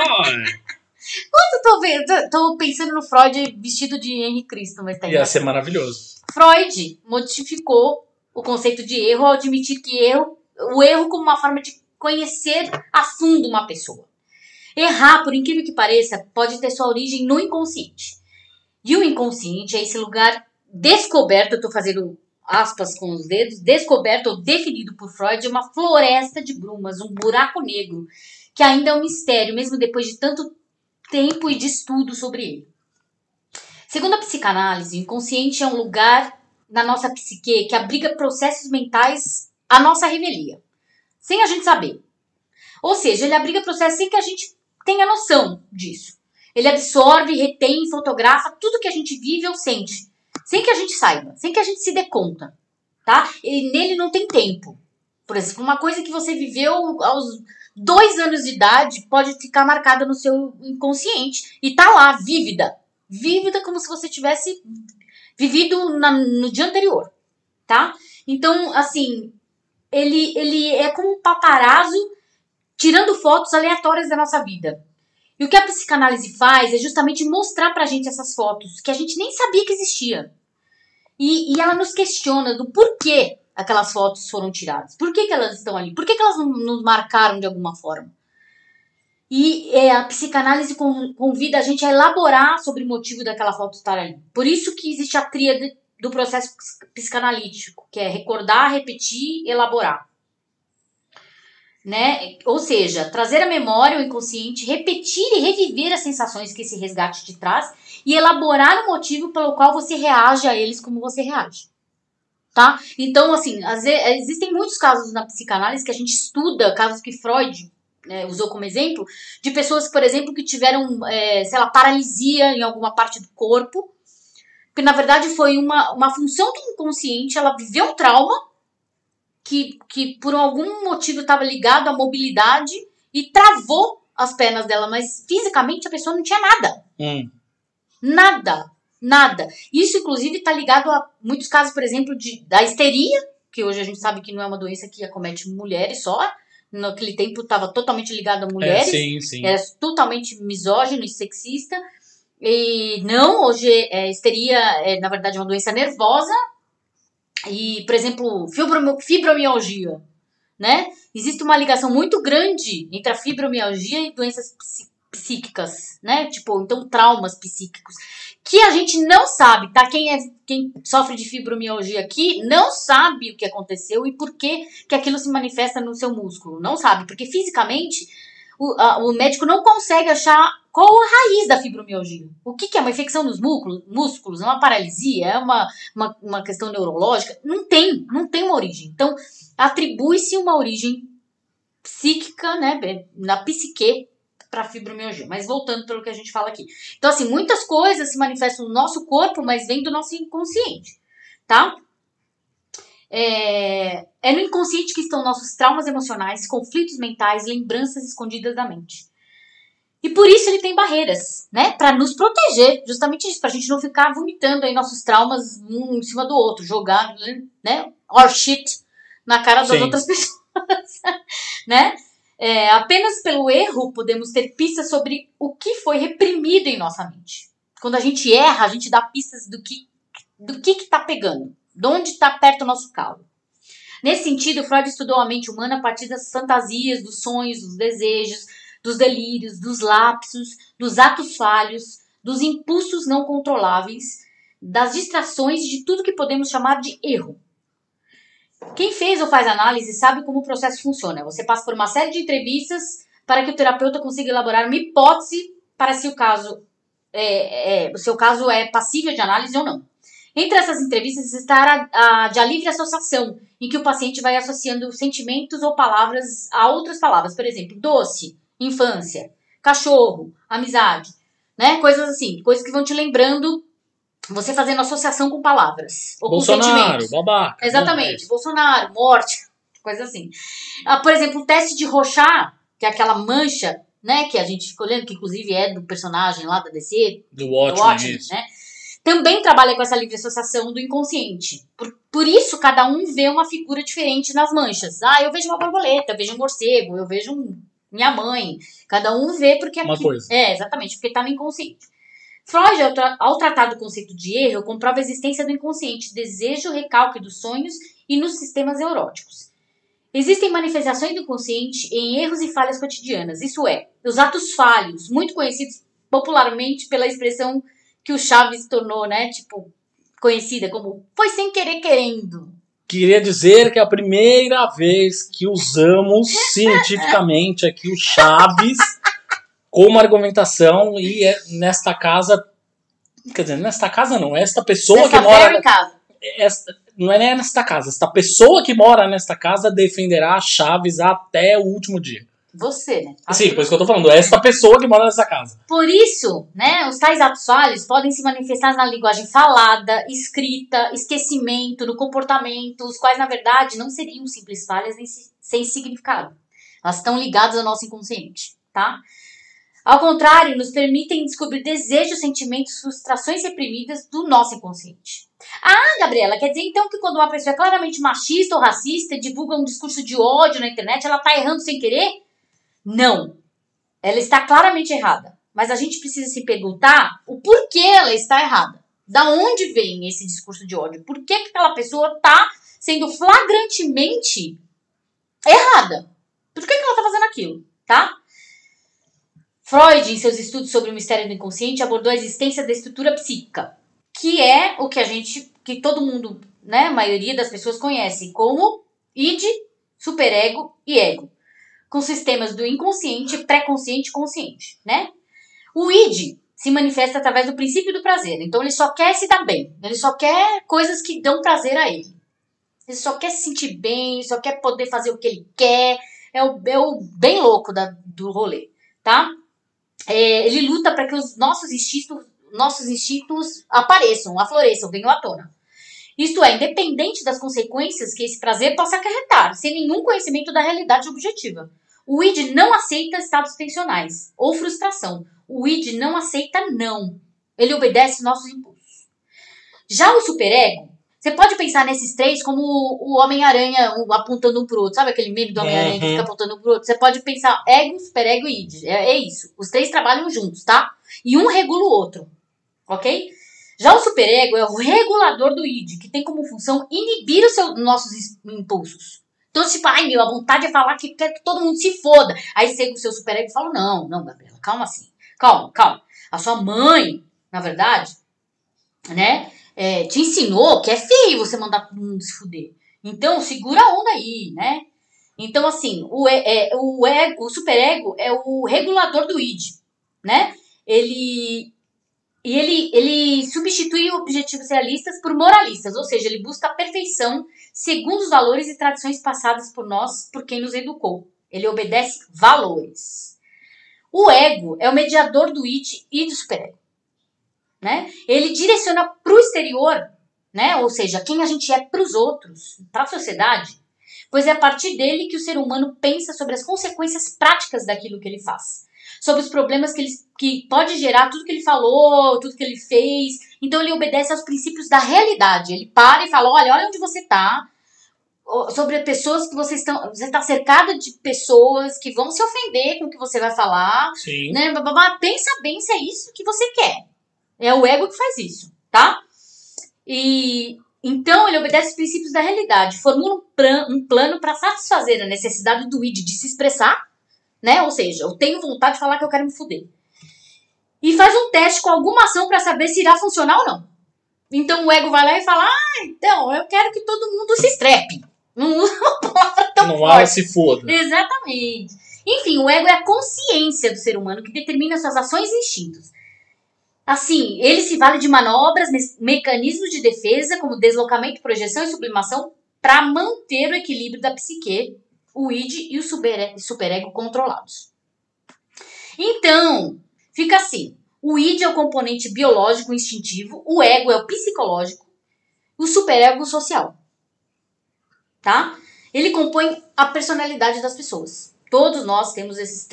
Eu tô pensando no Freud vestido de Henri Cristo, mas tá Ia ser maravilhoso. Freud modificou o conceito de erro ao admitir que o erro como uma forma de conhecer a fundo uma pessoa. Errar, por incrível que pareça, pode ter sua origem no inconsciente. E o inconsciente é esse lugar descoberto, eu estou fazendo aspas com os dedos, descoberto ou definido por Freud, uma floresta de brumas, um buraco negro, que ainda é um mistério, mesmo depois de tanto tempo e de estudo sobre ele. Segundo a psicanálise, o inconsciente é um lugar na nossa psique que abriga processos mentais à nossa revelia, sem a gente saber. Ou seja, ele abriga processos sem que a gente tenha noção disso. Ele absorve, retém, fotografa tudo que a gente vive ou sente, sem que a gente saiba, sem que a gente se dê conta, tá? E nele não tem tempo. Por exemplo, uma coisa que você viveu aos 2 anos de idade pode ficar marcada no seu inconsciente e tá lá, vívida como se você tivesse vivido no dia anterior, tá? Então, assim, ele é como um paparazzo tirando fotos aleatórias da nossa vida. E o que a psicanálise faz é justamente mostrar pra gente essas fotos que a gente nem sabia que existia. E ela nos questiona do porquê aquelas fotos foram tiradas. Por que elas estão ali? Por que elas não nos marcaram de alguma forma? E a psicanálise convida a gente a elaborar sobre o motivo daquela foto estar ali. Por isso que existe a tríade do processo psicanalítico, que é recordar, repetir, elaborar. Né? Ou seja, trazer a memória, o inconsciente, repetir e reviver as sensações que esse resgate te traz e elaborar o motivo pelo qual você reage a eles como você reage. Tá? Então, assim, existem muitos casos na psicanálise que a gente estuda, casos que Freud usou como exemplo, de pessoas, por exemplo, que tiveram, paralisia em alguma parte do corpo, que na verdade foi uma função do inconsciente, ela viveu um trauma, que por algum motivo estava ligado à mobilidade e travou as pernas dela, mas fisicamente a pessoa não tinha nada. Nada. Isso, inclusive, está ligado a muitos casos, por exemplo, da histeria, que hoje a gente sabe que não é uma doença que acomete mulheres só. Naquele tempo estava totalmente ligado a mulheres. Sim. Era totalmente misógino e sexista. E não, hoje histeria é, na verdade, uma doença nervosa. E, por exemplo, fibromialgia, né? Existe uma ligação muito grande entre a fibromialgia e doenças psíquicas, né? Tipo, então traumas psíquicos. Que a gente não sabe, tá? Quem sofre de fibromialgia aqui não sabe o que aconteceu e por que aquilo se manifesta no seu músculo. Não sabe, porque fisicamente o médico não consegue achar qual a raiz da fibromialgia. O que é? Uma infecção nos músculos? É uma paralisia? É uma questão neurológica? Não tem uma origem. Então, atribui-se uma origem psíquica, né, na psique para fibromialgia. Mas voltando pelo que a gente fala aqui. Então, assim, muitas coisas se manifestam no nosso corpo, mas vêm do nosso inconsciente, tá? É no inconsciente que estão nossos traumas emocionais, conflitos mentais, lembranças escondidas da mente. E por isso ele tem barreiras, né? Pra nos proteger, justamente isso, pra gente não ficar vomitando aí nossos traumas um em cima do outro, jogar, né? Or shit na cara das outras pessoas, né? Apenas pelo erro podemos ter pistas sobre o que foi reprimido em nossa mente. Quando a gente erra, a gente dá pistas do que tá pegando, de onde tá perto o nosso calo. Nesse sentido, Freud estudou a mente humana a partir das fantasias, dos sonhos, dos desejos, dos delírios, dos lapsos, dos atos falhos, dos impulsos não controláveis, das distrações e de tudo que podemos chamar de erro. Quem fez ou faz análise sabe como o processo funciona. Você passa por uma série de entrevistas para que o terapeuta consiga elaborar uma hipótese para se o seu caso é passível de análise ou não. Entre essas entrevistas está a de livre associação, em que o paciente vai associando sentimentos ou palavras a outras palavras. Por exemplo, doce, infância, cachorro, amizade, né? Coisas assim, coisas que vão te lembrando, você fazendo associação com palavras. Ou Bolsonaro, com sentimentos. babaca. Exatamente, Bolsonaro, morte, coisa assim. Por exemplo, o teste de Rorschach, que é aquela mancha, né, que a gente fica olhando, que inclusive é do personagem lá da DC, do Watchmen, né? Também trabalha com essa livre associação do inconsciente. Por isso, cada um vê uma figura diferente nas manchas. Eu vejo uma borboleta, eu vejo um morcego, eu vejo minha mãe. Cada um vê porque uma aqui, coisa. Exatamente, porque está no inconsciente. Freud, ao tratar do conceito de erro, comprova a existência do inconsciente, desejo, recalque dos sonhos e nos sistemas neuróticos. Existem manifestações do inconsciente em erros e falhas cotidianas, isso é, os atos falhos, muito conhecidos popularmente pela expressão que o Chaves tornou, né, tipo, conhecida como foi sem querer querendo. Queria dizer que é a primeira vez que usamos cientificamente aqui o Chaves como argumentação e nesta casa, quer dizer, nesta casa não, esta pessoa que mora... casa. Não é nem nesta casa, esta pessoa que mora nesta casa defenderá Chaves até o último dia. Você, né? Sim, por isso que eu tô falando, esta pessoa que mora nessa casa. Por isso, né, os tais atos falhos podem se manifestar na linguagem falada, escrita, esquecimento, no comportamento, os quais, na verdade, não seriam simples falhas nem sem significado. Elas estão ligadas ao nosso inconsciente, tá? Ao contrário, nos permitem descobrir desejos, sentimentos, frustrações reprimidas do nosso inconsciente. Gabriela, quer dizer então que quando uma pessoa é claramente machista ou racista e divulga um discurso de ódio na internet, ela tá errando sem querer? Não. Ela está claramente errada. Mas a gente precisa se perguntar o porquê ela está errada. Da onde vem esse discurso de ódio? Por que aquela pessoa está sendo flagrantemente errada? Por que ela está fazendo aquilo? Tá? Freud, em seus estudos sobre o mistério do inconsciente, abordou a existência da estrutura psíquica, que é o que todo mundo, né, a maioria das pessoas conhece como id, superego e ego, com sistemas do inconsciente, pré-consciente e consciente, né? O id se manifesta através do princípio do prazer, então ele só quer se dar bem, ele só quer coisas que dão prazer a ele. Ele só quer se sentir bem, só quer poder fazer o que ele quer, é o bem louco do rolê, tá? Ele luta para que os nossos instintos apareçam, afloreçam, venham à tona. Isto é, independente das consequências que esse prazer possa acarretar, sem nenhum conhecimento da realidade objetiva. O id não aceita estados tensionais ou frustração. O id não aceita não. Ele obedece nossos impulsos. Já o superego Você pode pensar nesses três como o Homem-Aranha apontando um pro outro. Sabe aquele meme do Homem-Aranha que fica apontando um pro outro? Você pode pensar ego, superego e id. É isso. Os três trabalham juntos, tá? E um regula o outro. Ok? Já o superego é o regulador do id, que tem como função inibir os nossos impulsos. Então, tipo, ai meu, a vontade é falar que quer que todo mundo se foda. Aí chega o seu superego e fala, não, Gabriela, calma assim. Calma. A sua mãe, na verdade, né, te ensinou que é feio você mandar todo mundo se fuder. Então, segura a onda aí, né? Então, assim, o superego é o regulador do id, né? Ele substitui objetivos realistas por moralistas, ou seja, ele busca a perfeição segundo os valores e tradições passadas por nós, por quem nos educou. Ele obedece valores. O ego é o mediador do id e do superego, né? Ele direciona para o exterior, né? Ou seja, quem a gente é para os outros, para a sociedade, pois é a partir dele que o ser humano pensa sobre as consequências práticas daquilo que ele faz. Sobre os problemas que pode gerar tudo que ele falou, tudo que ele fez. Então ele obedece aos princípios da realidade. Ele para e fala, olha onde você está. Sobre pessoas que você está cercado de pessoas que vão se ofender com o que você vai falar. Sim. Né? Pensa bem se é isso que você quer. É o ego que faz isso, tá? E então ele obedece aos princípios da realidade. Formula um plano para satisfazer a necessidade do id de se expressar, né? Ou seja, eu tenho vontade de falar que eu quero me fuder. E faz um teste com alguma ação para saber se irá funcionar ou não. Então o ego vai lá e fala, então, eu quero que todo mundo se estrepe. Não usa uma palavra tão forte. Não há se foda. Exatamente. Enfim, o ego é a consciência do ser humano que determina suas ações e instintos. Assim, ele se vale de manobras, mecanismos de defesa, como deslocamento, projeção e sublimação, para manter o equilíbrio da psique, o id e o superego controlados. Então, fica assim. O id é o componente biológico instintivo, o ego é o psicológico, o superego social. Tá? Ele compõe a personalidade das pessoas. Todos nós temos essas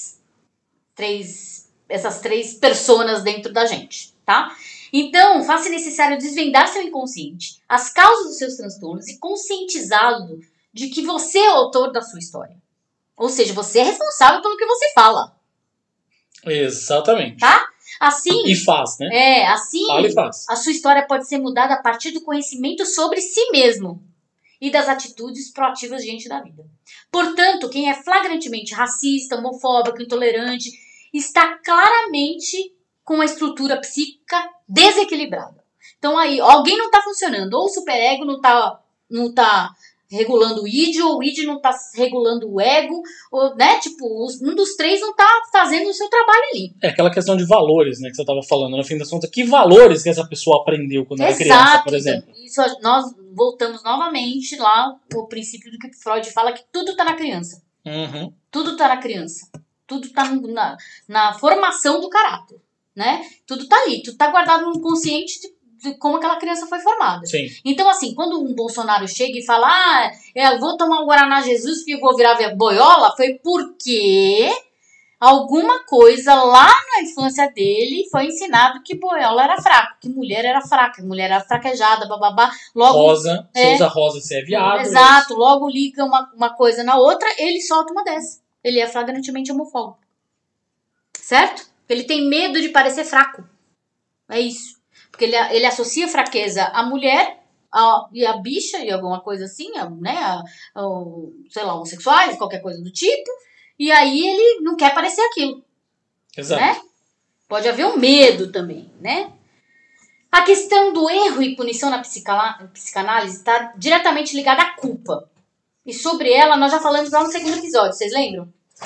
três personas dentro da gente, tá? Então, faz-se necessário desvendar seu inconsciente, as causas dos seus transtornos e conscientizá-lo de que você é o autor da sua história. Ou seja, você é responsável pelo que você fala. Exatamente. Tá? Assim, e faz, né? Assim, fala e faz. A sua história pode ser mudada a partir do conhecimento sobre si mesmo e das atitudes proativas diante da vida. Portanto, quem é flagrantemente racista, homofóbico, intolerante, está claramente com a estrutura psíquica desequilibrada. Então aí, alguém não está funcionando, ou o superego não tá regulando o id, ou o id não está regulando o ego, ou, né, tipo, um dos três não está fazendo o seu trabalho ali. É aquela questão de valores, né, que você estava falando, no fim das contas, que valores que essa pessoa aprendeu quando era criança, por exemplo. Isso, nós voltamos novamente lá ao princípio do que Freud fala, que tudo está na criança. Uhum. Tudo está na criança. Tudo está na formação do caráter, né? Tudo está ali, tudo está guardado no inconsciente de como aquela criança foi formada. Sim. Então, assim, quando um Bolsonaro chega e fala, eu vou tomar um Guaraná Jesus que eu vou virar boiola, foi porque alguma coisa lá na infância dele foi ensinado que boiola era fraco, que mulher era fraca, que mulher era fraquejada, bababá. Logo, rosa, você usa rosa, você é viado. Exato, logo liga uma coisa na outra, ele solta uma dessa. Ele é flagrantemente homofóbico. Certo? Ele tem medo de parecer fraco. É isso. Porque ele associa fraqueza à mulher e à bicha e alguma coisa assim, né? Sei lá, homossexuais, qualquer coisa do tipo. E aí ele não quer parecer aquilo. Exato. Né? Pode haver um medo também, né? A questão do erro e punição na psicanálise está diretamente ligada à culpa. E sobre ela nós já falamos lá no segundo episódio, vocês lembram?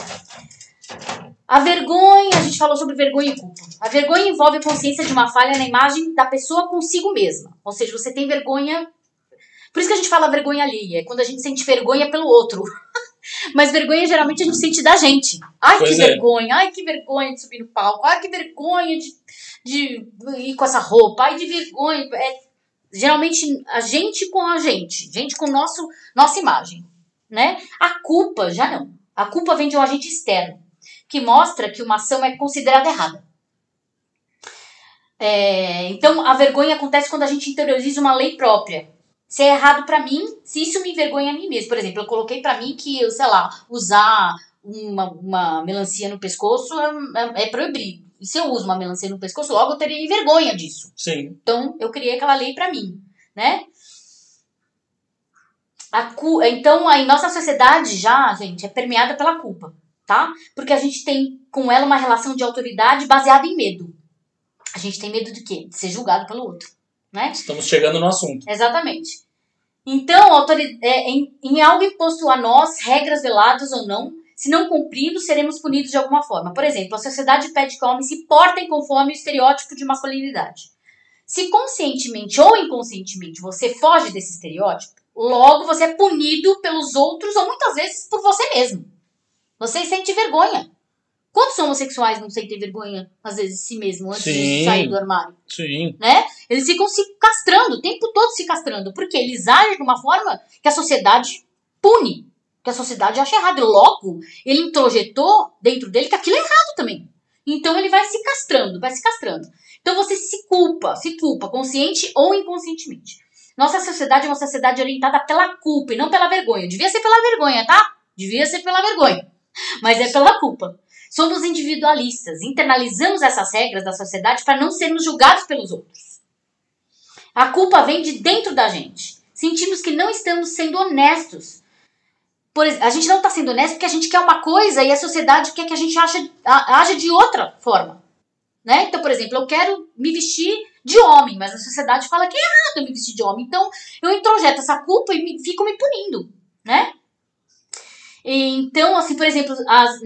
A vergonha, a gente falou sobre vergonha e culpa. A vergonha envolve a consciência de uma falha na imagem da pessoa consigo mesma. Ou seja, você tem vergonha... Por isso que a gente fala vergonha alheia. É quando a gente sente vergonha pelo outro. Mas vergonha geralmente a gente sente da gente. Ai, pois que vergonha de subir no palco. Ai, que vergonha de ir com essa roupa. Ai, de vergonha. Geralmente a gente com a gente. Gente com nossa imagem. Né? A culpa já não. A culpa vem de um agente externo, que mostra que uma ação é considerada errada. Então, a vergonha acontece quando a gente interioriza uma lei própria. Se é errado pra mim, se isso me envergonha a mim mesmo. Por exemplo, eu coloquei pra mim que, eu, sei lá, usar uma melancia no pescoço é proibido. E se eu uso uma melancia no pescoço, logo eu teria vergonha disso. Sim. Então, eu criei aquela lei pra mim, né? Então, a nossa sociedade já, gente, é permeada pela culpa, tá? Porque a gente tem com ela uma relação de autoridade baseada em medo. A gente tem medo de quê? De ser julgado pelo outro, né? Estamos chegando no assunto. Exatamente. Então, em algo imposto a nós, regras veladas ou não, se não cumprimos, seremos punidos de alguma forma. Por exemplo, a sociedade pede que homens se portem conforme o estereótipo de masculinidade. Se conscientemente ou inconscientemente você foge desse estereótipo, logo você é punido pelos outros ou muitas vezes por você mesmo. Você sente vergonha. Quantos homossexuais não sentem vergonha, às vezes, de si mesmo, antes de sair do armário? Sim. Né? Eles ficam se castrando, o tempo todo se castrando, porque eles agem de uma forma que a sociedade pune, que a sociedade acha errado. E logo, ele introjetou dentro dele que aquilo é errado também. Então ele vai se castrando, vai se castrando. Então você se culpa, consciente ou inconscientemente. Nossa sociedade é uma sociedade orientada pela culpa e não pela vergonha. Devia ser pela vergonha, tá? Devia ser pela vergonha. Mas é pela culpa. Somos individualistas, internalizamos essas regras da sociedade para não sermos julgados pelos outros. A culpa vem de dentro da gente. Sentimos que não estamos sendo honestos. A gente não está sendo honesto porque a gente quer uma coisa e a sociedade quer que a gente haja de outra forma. Né? Então, por exemplo, eu quero me vestir de homem, mas a sociedade fala que é errado eu me vestir de homem. Então, eu introjeto essa culpa e fico me punindo, né? Então, assim, por exemplo,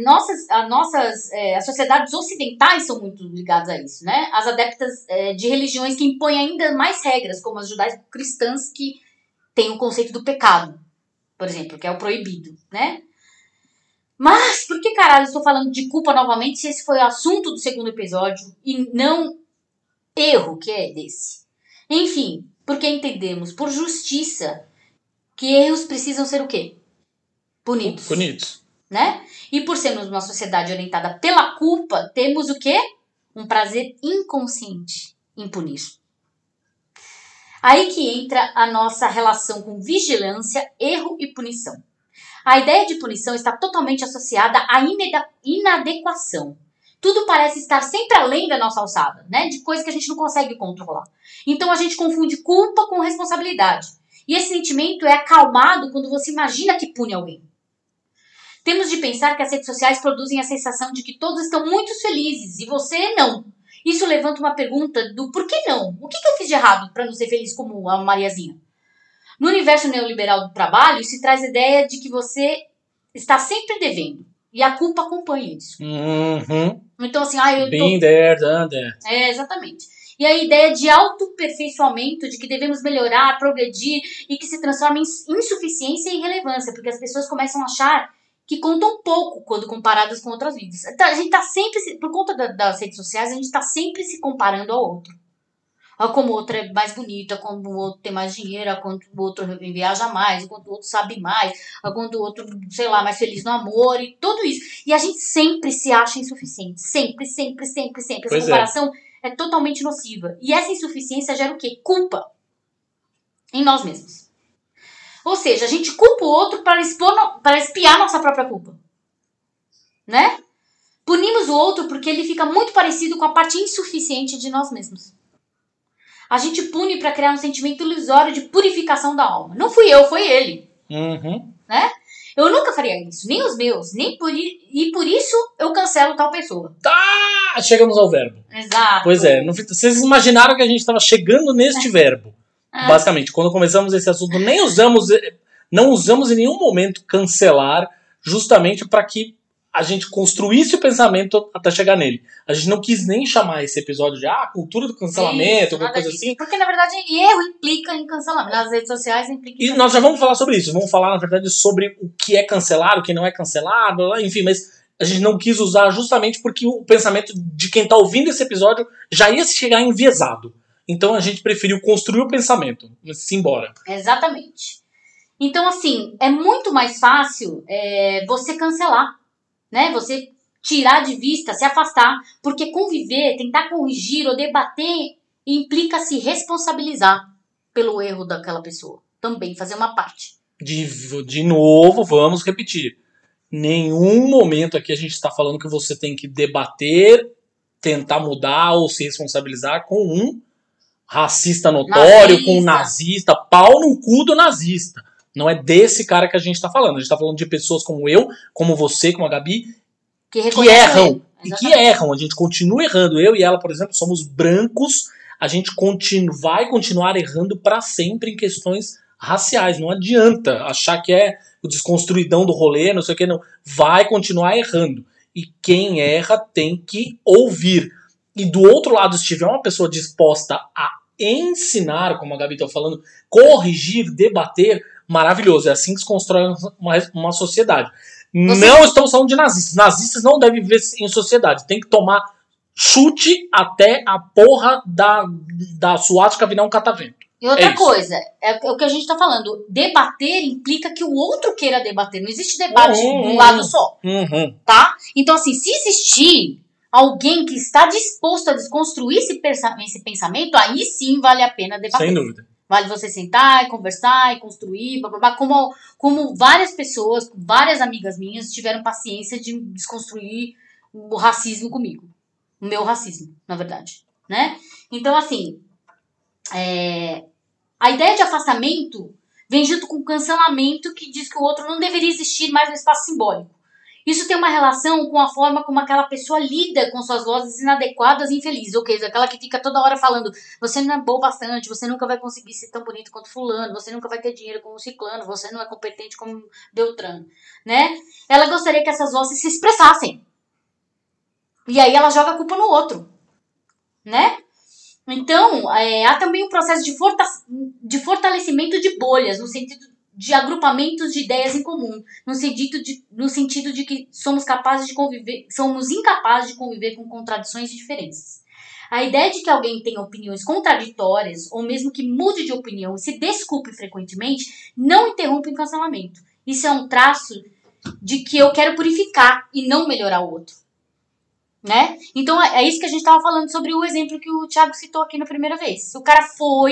as sociedades ocidentais são muito ligadas a isso, né? As adeptas de religiões que impõem ainda mais regras, como as judaico-cristãs, que têm o conceito do pecado, por exemplo, que é o proibido, né? Mas, por que caralho eu estou falando de culpa novamente se esse foi o assunto do segundo episódio e não erro que é desse? Enfim, porque entendemos por justiça que erros precisam ser o quê? Punidos. Né? E por sermos uma sociedade orientada pela culpa, temos o quê? Um prazer inconsciente em punir. Aí que entra a nossa relação com vigilância, erro e punição. A ideia de punição está totalmente associada à inadequação. Tudo parece estar sempre além da nossa alçada, né? De coisas que a gente não consegue controlar. Então a gente confunde culpa com responsabilidade. E esse sentimento é acalmado quando você imagina que pune alguém. Temos de pensar que as redes sociais produzem a sensação de que todos estão muito felizes e você não. Isso levanta uma pergunta do por que não? O que eu fiz de errado para não ser feliz como a Mariazinha? No universo neoliberal do trabalho, se traz a ideia de que você está sempre devendo. E a culpa acompanha isso. Uhum. Então assim, Been there, done that. Exatamente. E a ideia de autoaperfeiçoamento, de que devemos melhorar, progredir e que se transforma em insuficiência e irrelevância, porque as pessoas começam a achar que contam pouco quando comparadas com outras vidas. Então, a gente está sempre, por conta das redes sociais, a gente está sempre se comparando ao outro. A como o outro é mais bonito, a como o outro tem mais dinheiro, a quanto o outro viaja mais, a quanto o outro sabe mais, a quanto o outro, sei lá, mais feliz no amor e tudo isso. E a gente sempre se acha insuficiente. Sempre. Essa comparação é totalmente nociva. E essa insuficiência gera o quê? Culpa em nós mesmos. Ou seja, a gente culpa o outro para espiar nossa própria culpa. Né? Punimos o outro porque ele fica muito parecido com a parte insuficiente de nós mesmos. A gente pune para criar um sentimento ilusório de purificação da alma. Não fui eu, foi ele. Uhum. Né? Eu nunca faria isso, nem os meus, e por isso eu cancelo tal pessoa. Tá! Chegamos ao verbo. Exato. Pois é, vocês imaginaram que a gente estava chegando neste verbo. Basicamente, quando começamos esse assunto, não usamos em nenhum momento cancelar, justamente para que a gente construísse o pensamento até chegar nele. A gente não quis nem chamar esse episódio de cultura do cancelamento, alguma coisa assim. Porque, na verdade, erro implica em cancelamento. Nas redes sociais implica em cancelamento. E nós já vamos falar sobre isso. Vamos falar, na verdade, sobre o que é cancelar, o que não é cancelar, enfim, mas a gente não quis usar justamente porque o pensamento de quem está ouvindo esse episódio já ia chegar enviesado. Então a gente preferiu construir o pensamento. Simbora. Exatamente. Então, assim, é muito mais fácil você cancelar. Né? Você tirar de vista, se afastar, porque conviver, tentar corrigir ou debater implica se responsabilizar pelo erro daquela pessoa. Também fazer uma parte. De novo, vamos repetir. Nenhum momento aqui a gente está falando que você tem que debater, tentar mudar ou se responsabilizar com um racista notório, com um nazista, pau no cu do nazista. Não é desse cara que a gente está falando. A gente está falando de pessoas como eu, como você, como a Gabi, que erram. E que erram. A gente continua errando. Eu e ela, por exemplo, somos brancos. A gente vai continuar errando para sempre em questões raciais. Não adianta achar que é o desconstruidão do rolê, não sei o que, não. Vai continuar errando. E quem erra tem que ouvir. E do outro lado, se tiver uma pessoa disposta a ensinar, como a Gabi está falando, corrigir, debater, maravilhoso. É assim que se constrói uma sociedade. Não estamos falando de nazistas. Nazistas não devem viver em sociedade. Tem que tomar chute até a porra da suástica virar um catavento. E outra coisa, é o que a gente tá falando. Debater implica que o outro queira debater. Não existe debate de um lado só. Tá? Então, assim, se existir alguém que está disposto a desconstruir esse pensamento, aí sim vale a pena debater. Sem dúvida. Vale você sentar e conversar e construir, blá, blá, blá, como várias pessoas, várias amigas minhas tiveram paciência de desconstruir o racismo comigo. O meu racismo, na verdade. Né? Então, assim, a ideia de afastamento vem junto com o cancelamento que diz que o outro não deveria existir mais no espaço simbólico. Isso tem uma relação com a forma como aquela pessoa lida com suas vozes inadequadas e infelizes. Ou seja, aquela que fica toda hora falando: você não é bom bastante, você nunca vai conseguir ser tão bonito quanto fulano, você nunca vai ter dinheiro como ciclano, você não é competente como Beltrano, né? Ela gostaria que essas vozes se expressassem. E aí ela joga a culpa no outro, né? Então, há também um processo de fortalecimento de bolhas, no sentido de agrupamentos de ideias em comum, no sentido de que somos incapazes de conviver com contradições e diferenças. A ideia de que alguém tenha opiniões contraditórias, ou mesmo que mude de opinião e se desculpe frequentemente, não interrompe o cancelamento. Isso é um traço de que eu quero purificar e não melhorar o outro. Né? Então é isso que a gente estava falando sobre o exemplo que o Thiago citou aqui na primeira vez. O cara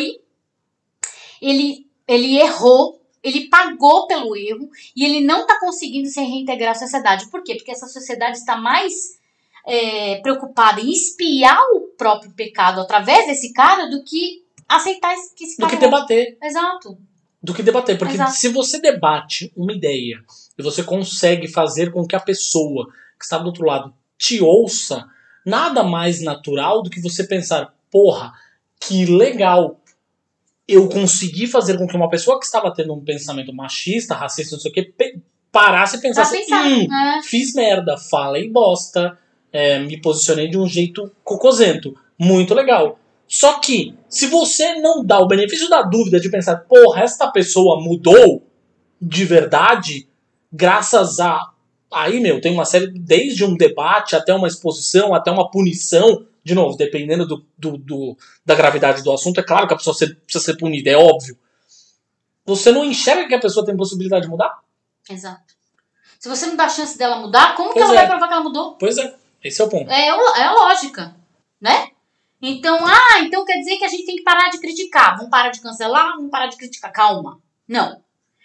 ele errou, ele pagou pelo erro e ele não está conseguindo se reintegrar à sociedade. Por quê? Porque essa sociedade está mais preocupada em espiar o próprio pecado através desse cara do que aceitar que esse cara... Do que debater. Exato. Do que debater. Porque se você debate uma ideia e você consegue fazer com que a pessoa que está do outro lado te ouça, nada mais natural do que você pensar: porra, que legal, eu consegui fazer com que uma pessoa que estava tendo um pensamento machista, racista, não sei o que, parasse e pensasse: fiz merda, falei bosta, me posicionei de um jeito cocosento, muito legal. Só que, se você não dá o benefício da dúvida de pensar: porra, esta pessoa mudou de verdade, graças a... Aí, tem uma série, desde um debate até uma exposição, até uma punição, de novo, dependendo da gravidade do assunto. É claro que a pessoa precisa ser punida, é óbvio. Você não enxerga que a pessoa tem possibilidade de mudar? Exato. Se você não dá chance dela mudar, como que ela vai provar que ela mudou? Pois é, esse é o ponto. É a lógica, né? Então, então quer dizer que a gente tem que parar de criticar. Vamos parar de cancelar, vamos parar de criticar. Calma. Não.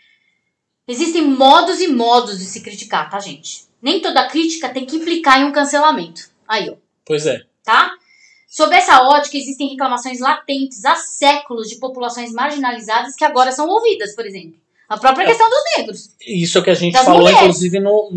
Existem modos e modos de se criticar, tá, gente? Nem toda crítica tem que implicar em um cancelamento. Aí, ó. Pois é. Tá? Sob essa ótica, existem reclamações latentes há séculos de populações marginalizadas que agora são ouvidas, por exemplo. A própria questão dos negros. Isso é o que a gente falou, mulheres. Inclusive,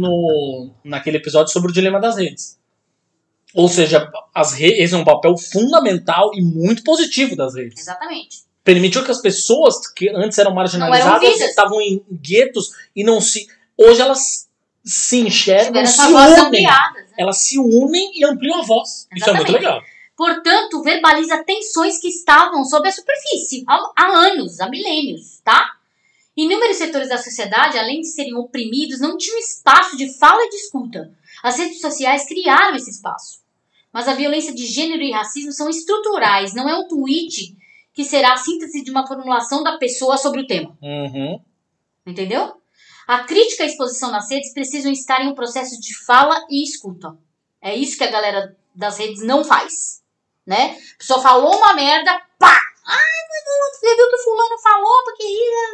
naquele episódio sobre o dilema das redes. Ou seja, esse é um papel fundamental e muito positivo das redes. Exatamente. Permitiu que as pessoas que antes eram marginalizadas estavam em guetos e não se... Hoje elas se enxergam, se unem. Elas se unem e ampliam a voz. Exatamente. Isso é muito legal. Portanto, verbaliza tensões que estavam sob a superfície há anos, há milênios, tá? Inúmeros setores da sociedade, além de serem oprimidos, não tinham espaço de fala e de escuta. As redes sociais criaram esse espaço. Mas a violência de gênero e racismo são estruturais, não é um tweet que será a síntese de uma formulação da pessoa sobre o tema. Uhum. Entendeu? A crítica e a exposição nas redes precisam estar em um processo de fala e escuta. É isso que a galera das redes não faz, né? A pessoa falou uma merda, pá! Ai, você viu o que o fulano falou, porque...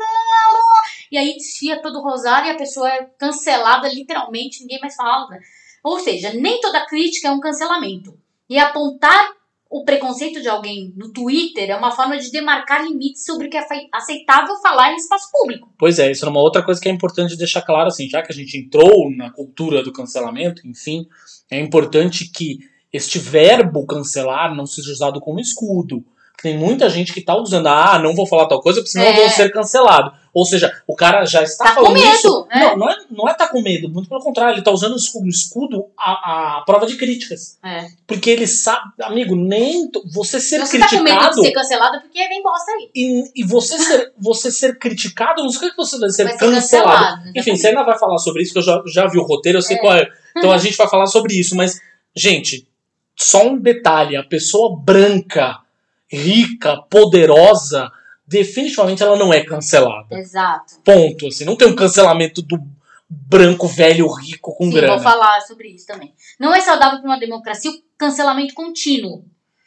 E aí desfia todo o rosário e a pessoa é cancelada literalmente, ninguém mais fala. Né? Ou seja, nem toda crítica é um cancelamento. E apontar o preconceito de alguém no Twitter é uma forma de demarcar limites sobre o que é aceitável falar em espaço público. Pois é, isso é uma outra coisa que é importante deixar claro, assim, já que a gente entrou na cultura do cancelamento, enfim, é importante que este verbo cancelar não seja usado como escudo. Tem muita gente que tá usando, não vou falar tal coisa, porque senão eu vou ser cancelado. Ou seja, o cara já está tá falando com medo, isso. Né? Não é tá com medo, muito pelo contrário, ele tá usando o escudo a prova de críticas. Porque ele sabe, amigo, nem você ser você criticado. Você tá com medo de ser cancelado porque vem bosta aí. E você ser criticado, não significa que você vai ser cancelado. Enfim, você ainda vai falar sobre isso, que eu já vi o roteiro, eu sei qual é. Então a gente vai falar sobre isso, mas, gente, só um detalhe: a pessoa branca, rica, poderosa, definitivamente ela não é cancelada. Exato. Ponto. Assim, não tem um cancelamento do branco, velho, rico com grana. Vou falar sobre isso também. Não é saudável para uma democracia o cancelamento contínuo.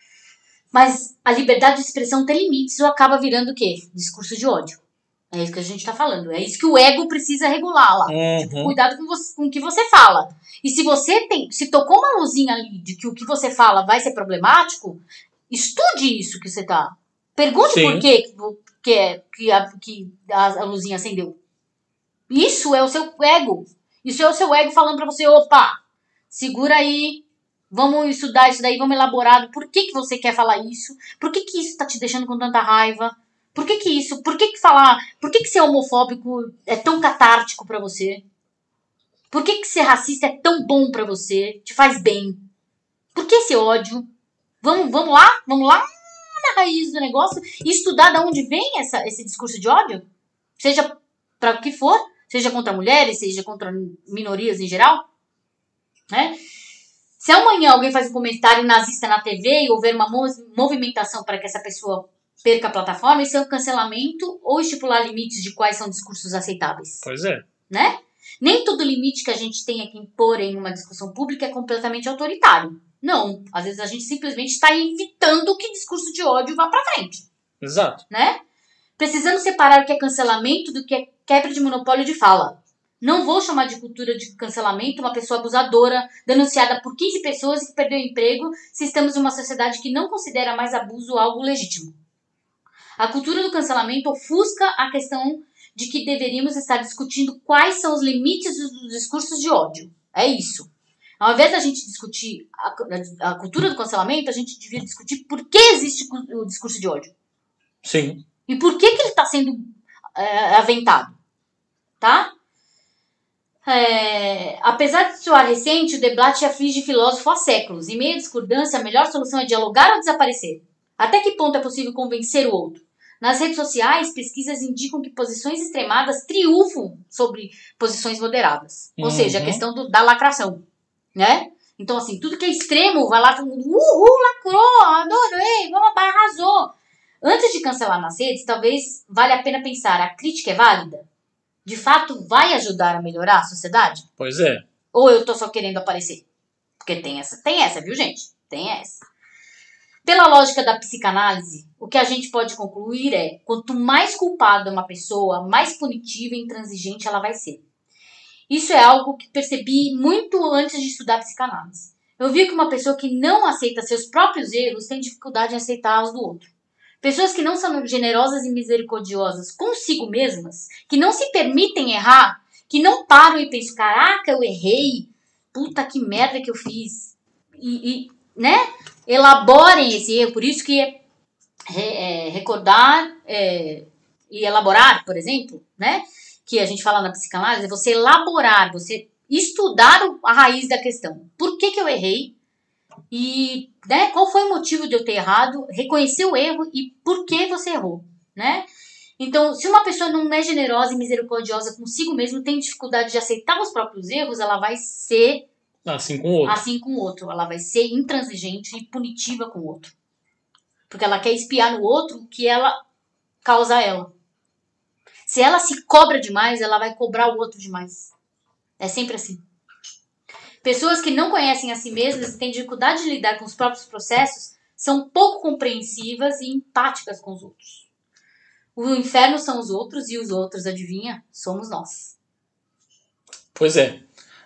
Mas a liberdade de expressão tem limites ou acaba virando o quê? Discurso de ódio. É isso que a gente tá falando. É isso que o ego precisa regular lá. Tipo, cuidado com o que você fala. E se você se tocou uma luzinha ali de que o que você fala vai ser problemático, estude isso que você tá. Pergunte por que a luzinha acendeu. Isso é o seu ego. Isso é o seu ego falando pra você, opa, segura aí, vamos estudar isso daí, vamos elaborar. Por que você quer falar isso? Por que isso tá te deixando com tanta raiva? Por que isso? Por que falar? Por que ser homofóbico é tão catártico pra você? Por que ser racista é tão bom pra você? Te faz bem? Por que esse ódio? Vamos lá? Vamos lá na raiz do negócio e estudar de onde vem esse discurso de ódio? Seja para o que for, seja contra mulheres, seja contra minorias em geral, né? Se amanhã alguém faz um comentário nazista na TV e houver uma movimentação para que essa pessoa perca a plataforma, isso é um cancelamento ou estipular limites de quais são discursos aceitáveis. Pois é. Né? Nem todo limite que a gente tenha que impor em uma discussão pública é completamente autoritário. Não. Às vezes a gente simplesmente está evitando que discurso de ódio vá para frente. Exato. Né? Precisamos separar o que é cancelamento do que é quebra de monopólio de fala. Não vou chamar de cultura de cancelamento uma pessoa abusadora, denunciada por 15 pessoas e que perdeu o emprego, se estamos em uma sociedade que não considera mais abuso algo legítimo. A cultura do cancelamento ofusca a questão de que deveríamos estar discutindo quais são os limites dos discursos de ódio. É isso. Ao invés da gente discutir a cultura do cancelamento, a gente devia discutir por que existe o discurso de ódio. Sim. E por que ele está sendo aventado. Tá? Apesar de soar recente, o debate aflige filósofo há séculos. Em meio à discordância, a melhor solução é dialogar ou desaparecer. Até que ponto é possível convencer o outro? Nas redes sociais, pesquisas indicam que posições extremadas triunfam sobre posições moderadas. Ou seja, a questão da lacração. Né? Então, assim, tudo que é extremo, vai lá todo mundo, lacrou, adorei, arrasou. Antes de cancelar nas redes, talvez valha a pena pensar, a crítica é válida? De fato, vai ajudar a melhorar a sociedade? Pois é. Ou eu tô só querendo aparecer? Porque tem essa, viu, gente? Tem essa. Pela lógica da psicanálise, o que a gente pode concluir é, quanto mais culpada uma pessoa, mais punitiva e intransigente ela vai ser. Isso é algo que percebi muito antes de estudar psicanálise. Eu vi que uma pessoa que não aceita seus próprios erros tem dificuldade em aceitar os do outro. Pessoas que não são generosas e misericordiosas consigo mesmas, que não se permitem errar, que não param e pensam, caraca, eu errei, puta que merda que eu fiz. Né? Elaborem esse erro, por isso que recordar e elaborar, por exemplo, né? Que a gente fala na psicanálise, é você elaborar, você estudar a raiz da questão. Por que eu errei? E né, qual foi o motivo de eu ter errado? Reconhecer o erro e por que você errou, né? Então, se uma pessoa não é generosa e misericordiosa consigo mesmo, tem dificuldade de aceitar os próprios erros, ela vai ser assim com o outro. Ela vai ser intransigente e punitiva com o outro. Porque ela quer espiar no outro o que ela causa a ela. Se ela se cobra demais, ela vai cobrar o outro demais. É sempre assim. Pessoas que não conhecem a si mesmas e têm dificuldade de lidar com os próprios processos são pouco compreensivas e empáticas com os outros. O inferno são os outros e os outros, adivinha? Somos nós. Pois é.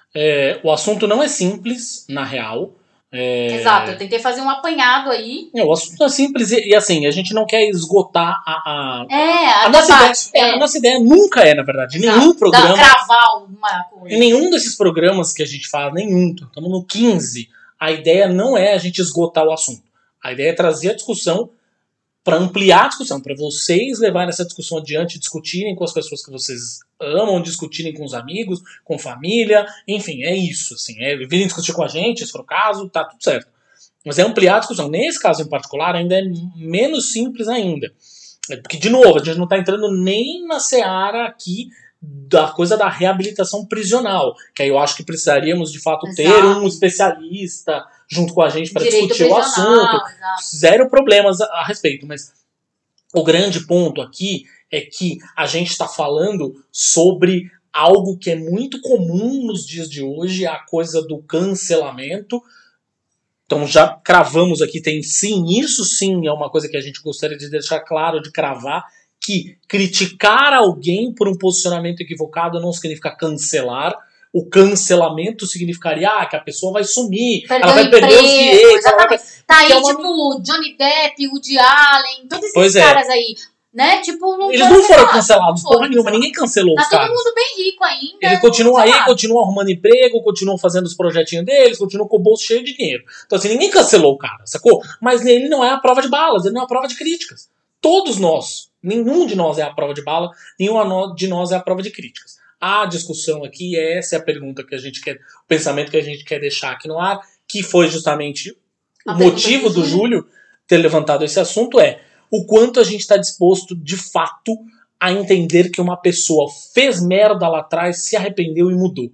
O assunto não é simples, na real. Exato, eu tentei fazer um apanhado aí. O assunto é simples e assim, a gente não quer esgotar a nossa debate. A nossa ideia nunca é, na verdade, Exato. nenhum programa. Cravar uma coisa. Em nenhum desses programas que a gente faz, estamos no 15, a ideia não é a gente esgotar o assunto. A ideia é trazer a discussão para ampliar a discussão, para vocês levarem essa discussão adiante, discutirem com as pessoas que vocês amam, discutirem com os amigos, com família, enfim, é isso. Assim, virem discutir com a gente, se for o caso, tá tudo certo. Mas é ampliar a discussão. Nesse caso em particular, ainda é menos simples ainda. Porque, de novo, a gente não está entrando nem na seara aqui da coisa da reabilitação prisional, que aí eu acho que precisaríamos, de fato, ter um especialista junto com a gente para discutir o assunto. Exato. Zero problemas a respeito, mas o grande ponto aqui é que a gente está falando sobre algo que é muito comum nos dias de hoje, a coisa do cancelamento. Então já cravamos aqui, tem sim, isso sim é uma coisa que a gente gostaria de deixar claro, de cravar, que criticar alguém por um posicionamento equivocado não significa cancelar. O cancelamento significaria que a pessoa vai sumir, ela vai perder os direitos. Tá aí, tipo, Johnny Depp, Woody Allen, todos esses caras aí, né? Tipo, eles não foram cancelados, porra nenhuma, ninguém cancelou os caras. Tá todo mundo bem rico ainda. Eles continuam aí, continuam arrumando emprego, continuam fazendo os projetinhos deles, continuam com o bolso cheio de dinheiro. Então assim, ninguém cancelou o cara, sacou? Mas ele não é a prova de balas, ele não é a prova de críticas. Todos nós, nenhum de nós é a prova de bala, nenhum de nós é a prova de críticas. A discussão aqui, essa é a pergunta que a gente quer, o pensamento que a gente quer deixar aqui no ar, que foi justamente o motivo do Júlio ter levantado esse assunto, é o quanto a gente está disposto, de fato, a entender que uma pessoa fez merda lá atrás, se arrependeu e mudou.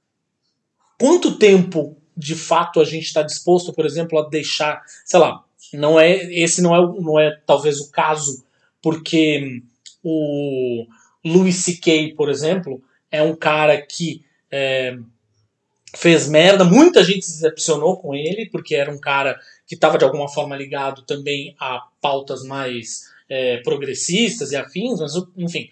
Quanto tempo, de fato, a gente está disposto, por exemplo, a deixar, sei lá, esse não é talvez o caso, porque o Louis C.K., por exemplo, é um cara que fez merda, muita gente se decepcionou com ele, porque era um cara que estava de alguma forma ligado também a pautas mais progressistas e afins, mas enfim.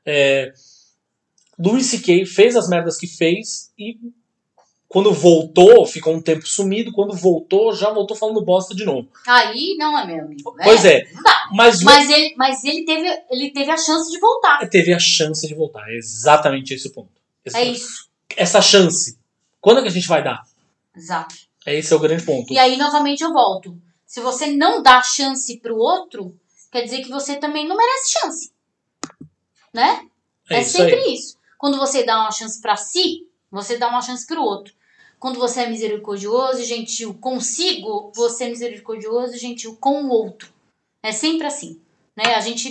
Louis C.K. fez as merdas que fez e quando voltou, ficou um tempo sumido, quando voltou, já voltou falando bosta de novo. Aí não é meu amigo. Pois é. Não dá. Mas ele teve a chance de voltar. Ele teve a chance de voltar, é exatamente esse o ponto. Isso. Essa chance, quando é que a gente vai dar? Exato. Esse é o grande ponto. E aí, novamente, eu volto. Se você não dá chance pro outro, quer dizer que você também não merece chance. Né? É sempre isso. Quando você dá uma chance pra si, você dá uma chance pro outro. Quando você é misericordioso e gentil consigo, você é misericordioso e gentil com o outro. É sempre assim. Né? A gente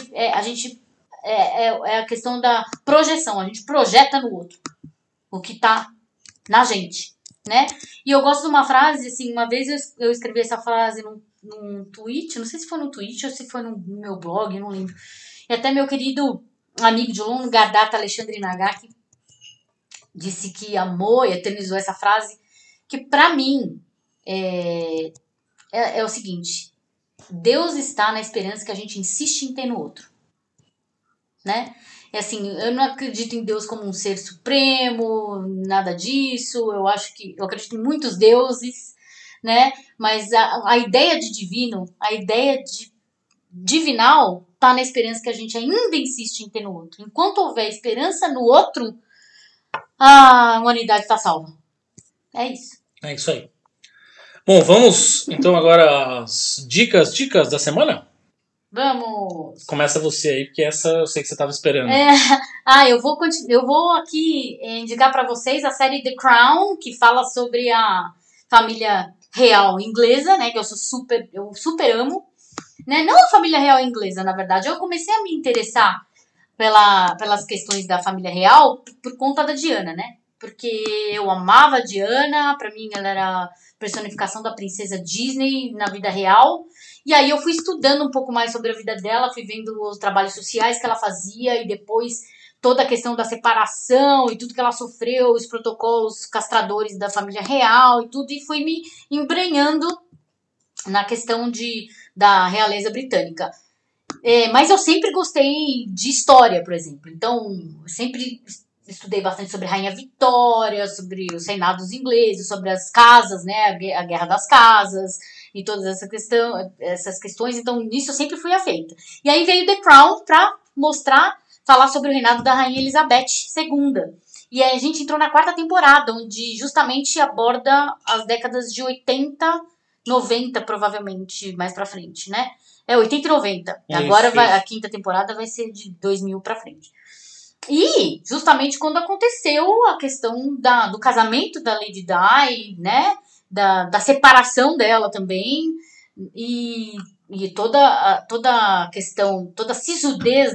é a questão da projeção. A gente projeta no outro o que tá na gente. Né? E eu gosto de uma frase, assim, uma vez eu escrevi essa frase num tweet, não sei se foi no tweet ou se foi no meu blog, não lembro. E até meu querido amigo de longa data, Alexandre Nagaki, disse que amou e eternizou essa frase, que pra mim é o seguinte: Deus está na esperança que a gente insiste em ter no outro. Né? É assim, eu não acredito em Deus como um ser supremo, nada disso. Eu acredito em muitos deuses, né? Mas a ideia de divino, a ideia de divinal, tá na esperança que a gente ainda insiste em ter no outro. Enquanto houver esperança no outro, a humanidade está salva. É isso. É isso aí. Bom, vamos então agora às dicas da semana? Vamos! Começa você aí, porque essa eu sei que você estava esperando. Eu vou aqui indicar para vocês a série The Crown, que fala sobre a família real inglesa, né? Que eu super amo. Né? Não a família real inglesa, na verdade. Eu comecei a me interessar pelas questões da família real por conta da Diana, né? porque eu amava a Diana, pra mim ela era a personificação da princesa Disney na vida real. E aí eu fui estudando um pouco mais sobre a vida dela, fui vendo os trabalhos sociais que ela fazia e depois toda a questão da separação e tudo que ela sofreu, os protocolos castradores da família real e tudo, e fui me embrenhando na questão da realeza britânica. Mas eu sempre gostei de história, por exemplo. Então, eu sempre estudei bastante sobre a Rainha Vitória, sobre os reinados ingleses, sobre as casas, né, a Guerra das Casas e todas essas questões. Então, nisso eu sempre fui afeita. E aí veio The Crown pra falar sobre o reinado da Rainha Elizabeth II. E aí a gente entrou na 4ª temporada, onde justamente aborda as décadas de 80, 90, provavelmente, mais pra frente, né? 80 e 90. Agora a 5ª temporada vai ser de 2000 pra frente. E justamente quando aconteceu a questão do casamento da Lady Di, né? Da separação dela também. E toda a questão, toda a sisudez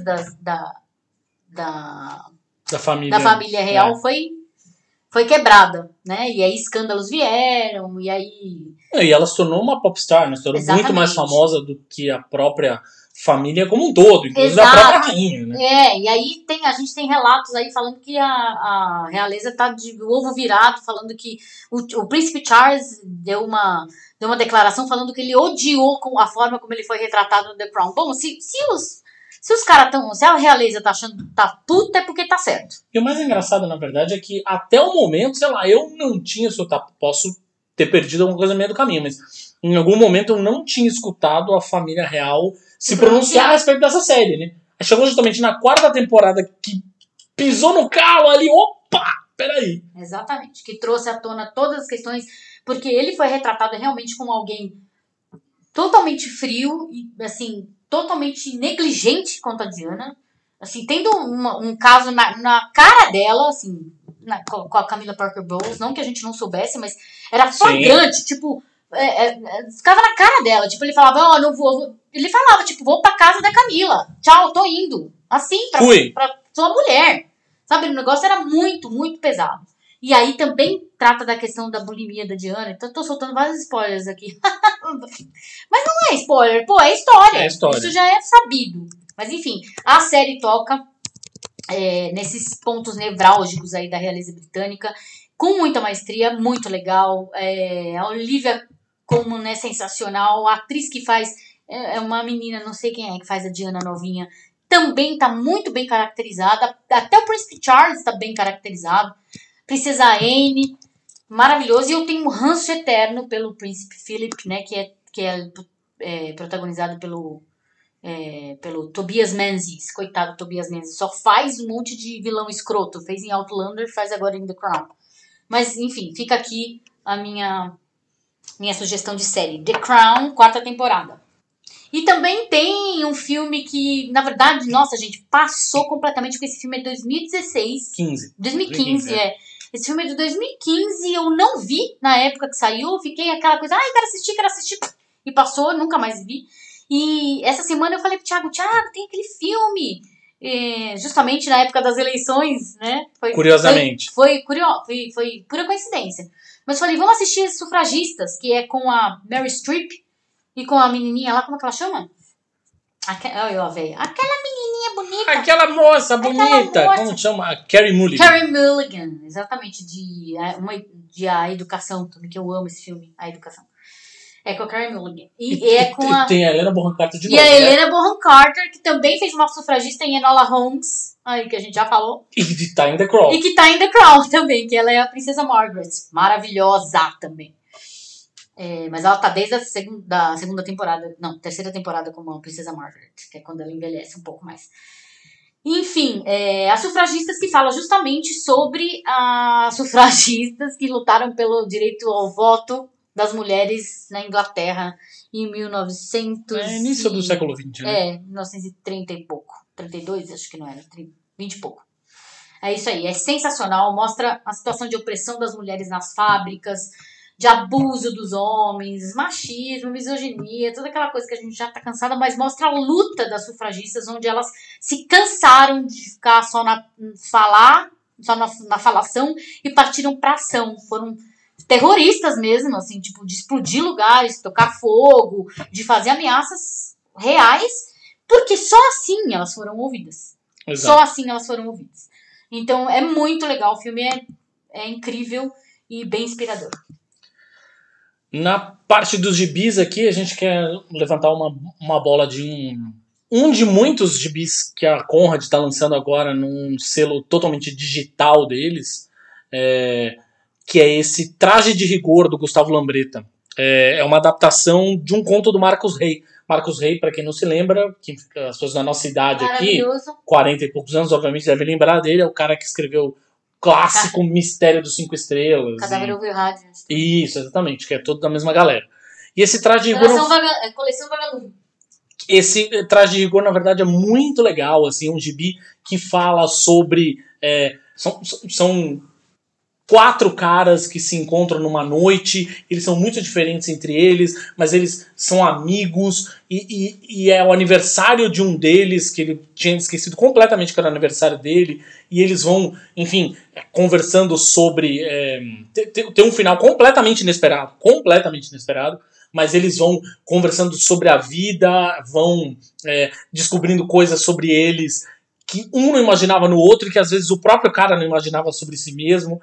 da família real foi quebrada, né? E aí escândalos vieram, e aí... E ela se tornou uma popstar, né? Se tornou muito mais famosa do que a própria família como um todo, inclusive a própria rainha, né? E aí a gente tem relatos aí falando que a realeza tá de ovo virado, falando que o príncipe Charles deu uma declaração falando que ele odiou a forma como ele foi retratado no The Crown. Bom, se os caras se a realeza tá achando que tá puta, é porque tá certo. E o mais engraçado, na verdade, é que até o momento, sei lá, eu não tinha posso ter perdido alguma coisa no meio do caminho, mas em algum momento eu não tinha escutado a família real se pronunciar a respeito dessa série, né? Aí chegou justamente na 4ª temporada que pisou no calo ali, opa, peraí. Exatamente, que trouxe à tona todas as questões, porque ele foi retratado realmente como alguém totalmente frio e, assim, totalmente negligente quanto a Diana, assim, tendo um caso na cara dela, assim, com a Camilla Parker Bowles, não que a gente não soubesse, mas era flagrante, tipo, ficava na cara dela, tipo, ele falava, não vou, ele falava, tipo, vou pra casa da Camila, tchau, tô indo, assim, pra sua mulher, sabe, o negócio era muito, muito pesado. E aí também trata da questão da bulimia da Diana, então eu tô soltando vários spoilers aqui. Mas não é spoiler, pô, é história. Isso já é sabido. Mas enfim, a série toca nesses pontos nevrálgicos aí da realeza britânica, com muita maestria, muito legal. A Olivia Colman é sensacional, a atriz que faz, é uma menina, não sei quem é, que faz a Diana novinha, também tá muito bem caracterizada, até o Príncipe Charles tá bem caracterizado, Princesa Anne, maravilhoso, e eu tenho um ranço eterno pelo Príncipe Philip, né, que é protagonizado pelo Tobias Menzies, coitado Tobias Menzies, só faz um monte de vilão escroto, fez em Outlander, faz agora em The Crown. Mas, enfim, fica aqui a minha sugestão de série, The Crown, 4ª temporada. E também tem um filme que, na verdade, nossa, gente, passou completamente, porque esse filme é de 2016. 2015, Esse filme é de 2015, eu não vi na época que saiu, fiquei aquela coisa, quero assistir, e passou, nunca mais vi. E essa semana eu falei pro Thiago, tem aquele filme, justamente na época das eleições, né? Curiosamente. Foi pura coincidência. Mas falei, vamos assistir Sufragistas, que é com a Meryl Streep e com a menininha lá, como é que ela chama? Aquela menininha bonita. Aquela moça bonita, como chama? Carey Mulligan. Carey Mulligan, exatamente, de A Educação, também, que eu amo esse filme, A Educação. É com a Carey Mulligan. Tem a Helena Bonham Carter de novo. E a Helena Bonham Carter, que também fez uma sufragista em Enola Holmes, aí que a gente já falou. E que tá em The Crown. E que tá em The Crown também, que ela é a Princesa Margaret. Maravilhosa também. Mas ela tá desde a segunda temporada, não, 3ª temporada como a Princesa Margaret, que é quando ela envelhece um pouco mais. Enfim, as sufragistas, que fala justamente sobre as sufragistas que lutaram pelo direito ao voto das mulheres na Inglaterra em 1900. Início do século XX, né? 1930 e pouco. 32, acho que não era, 20 e pouco. É isso aí, é sensacional, mostra a situação de opressão das mulheres nas fábricas, de abuso dos homens, machismo, misoginia, toda aquela coisa que a gente já tá cansada, mas mostra a luta das sufragistas, onde elas se cansaram de ficar só falar só na falação e partiram pra ação. Foram terroristas mesmo, assim, tipo, de explodir lugares, tocar fogo, de fazer ameaças reais, porque só assim elas foram ouvidas. Exato. Só assim elas foram ouvidas. Então é muito legal, o filme é incrível e bem inspirador. Na parte dos gibis aqui, a gente quer levantar uma bola de um de muitos gibis que a Conrad está lançando agora num selo totalmente digital deles, que é esse Traje de Rigor, do Gustavo Lambretta. É uma adaptação de um conto do Marcos Rey. Marcos Rey, para quem não se lembra, que as pessoas da nossa idade aqui, 40 e poucos anos, obviamente devem lembrar dele, é o cara que escreveu o clássico Mistério dos 5 Estrelas. Cadáver ouviu rádio. Isso, exatamente, que é todo da mesma galera. E esse Traje de Rigor... Coleção Vagalume. Esse Traje de Rigor, na verdade, é muito legal, assim, um gibi que fala sobre... São 4 caras que se encontram numa noite, eles são muito diferentes entre eles, mas eles são amigos, e é o aniversário de um deles, que ele tinha esquecido completamente que era o aniversário dele, e eles vão, enfim, conversando sobre... Tem um final completamente inesperado, mas eles vão conversando sobre a vida, vão descobrindo coisas sobre eles que um não imaginava no outro e que às vezes o próprio cara não imaginava sobre si mesmo.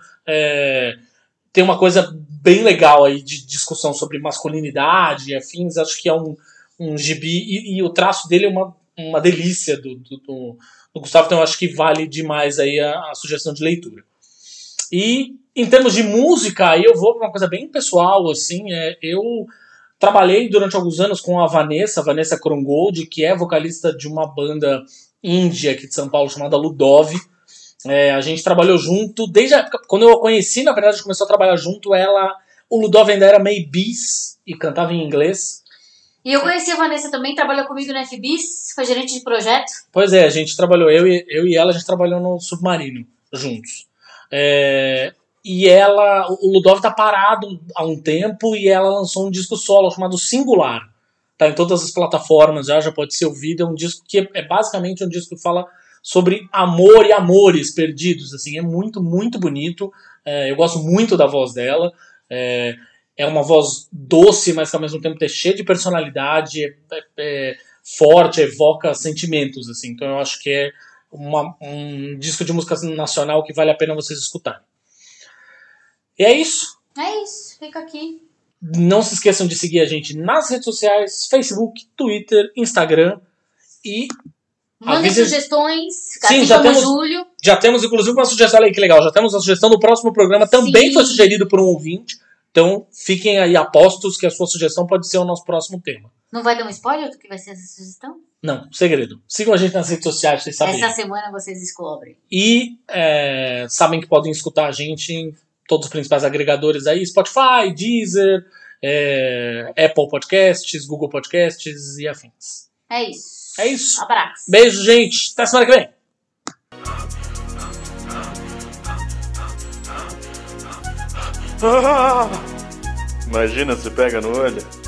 Tem uma coisa bem legal aí de discussão sobre masculinidade e afins. Acho que é um gibi e o traço dele é uma delícia do Gustavo, então eu acho que vale demais aí a sugestão de leitura. E em termos de música, aí eu vou para uma coisa bem pessoal, assim, eu trabalhei durante alguns anos com a Vanessa Krongold, que é vocalista de uma banda índia aqui de São Paulo chamada Ludov. A gente trabalhou junto desde a época, quando eu a conheci, na verdade a gente começou a trabalhar junto, o Ludov ainda era meio bis e cantava em inglês. E eu conheci a Vanessa também, trabalhou comigo na FBIS, foi gerente de projeto. Pois é, a gente trabalhou, eu e ela, a gente trabalhou no Submarino juntos. E o Ludov tá parado há um tempo e ela lançou um disco solo chamado Singular. Tá em todas as plataformas, já pode ser ouvido. É um disco que é basicamente um disco que fala sobre amor e amores perdidos. Assim, é muito, muito bonito. Eu gosto muito da voz dela. É uma voz doce, mas que ao mesmo tempo é cheia de personalidade, forte, evoca sentimentos. Assim. Então eu acho que é um disco de música nacional que vale a pena vocês escutarem. E é isso. É isso, fica aqui. Não se esqueçam de seguir a gente nas redes sociais, Facebook, Twitter, Instagram e... Mandem sugestões, sim, Júlio. Já temos inclusive uma sugestão, olha aí que legal, já temos a sugestão do próximo programa, também foi sugerido por um ouvinte, então fiquem aí apostos que a sua sugestão pode ser o nosso próximo tema. Não vai dar um spoiler do que vai ser essa sugestão? Não, segredo. Sigam a gente nas redes sociais, vocês sabem. Essa semana vocês descobrem. E sabem que podem escutar a gente em todos os principais agregadores aí, Spotify, Deezer, Apple Podcasts, Google Podcasts e afins. É isso. É isso. Abraço. Beijo, gente. Até semana que vem. Imagina se pega no olho.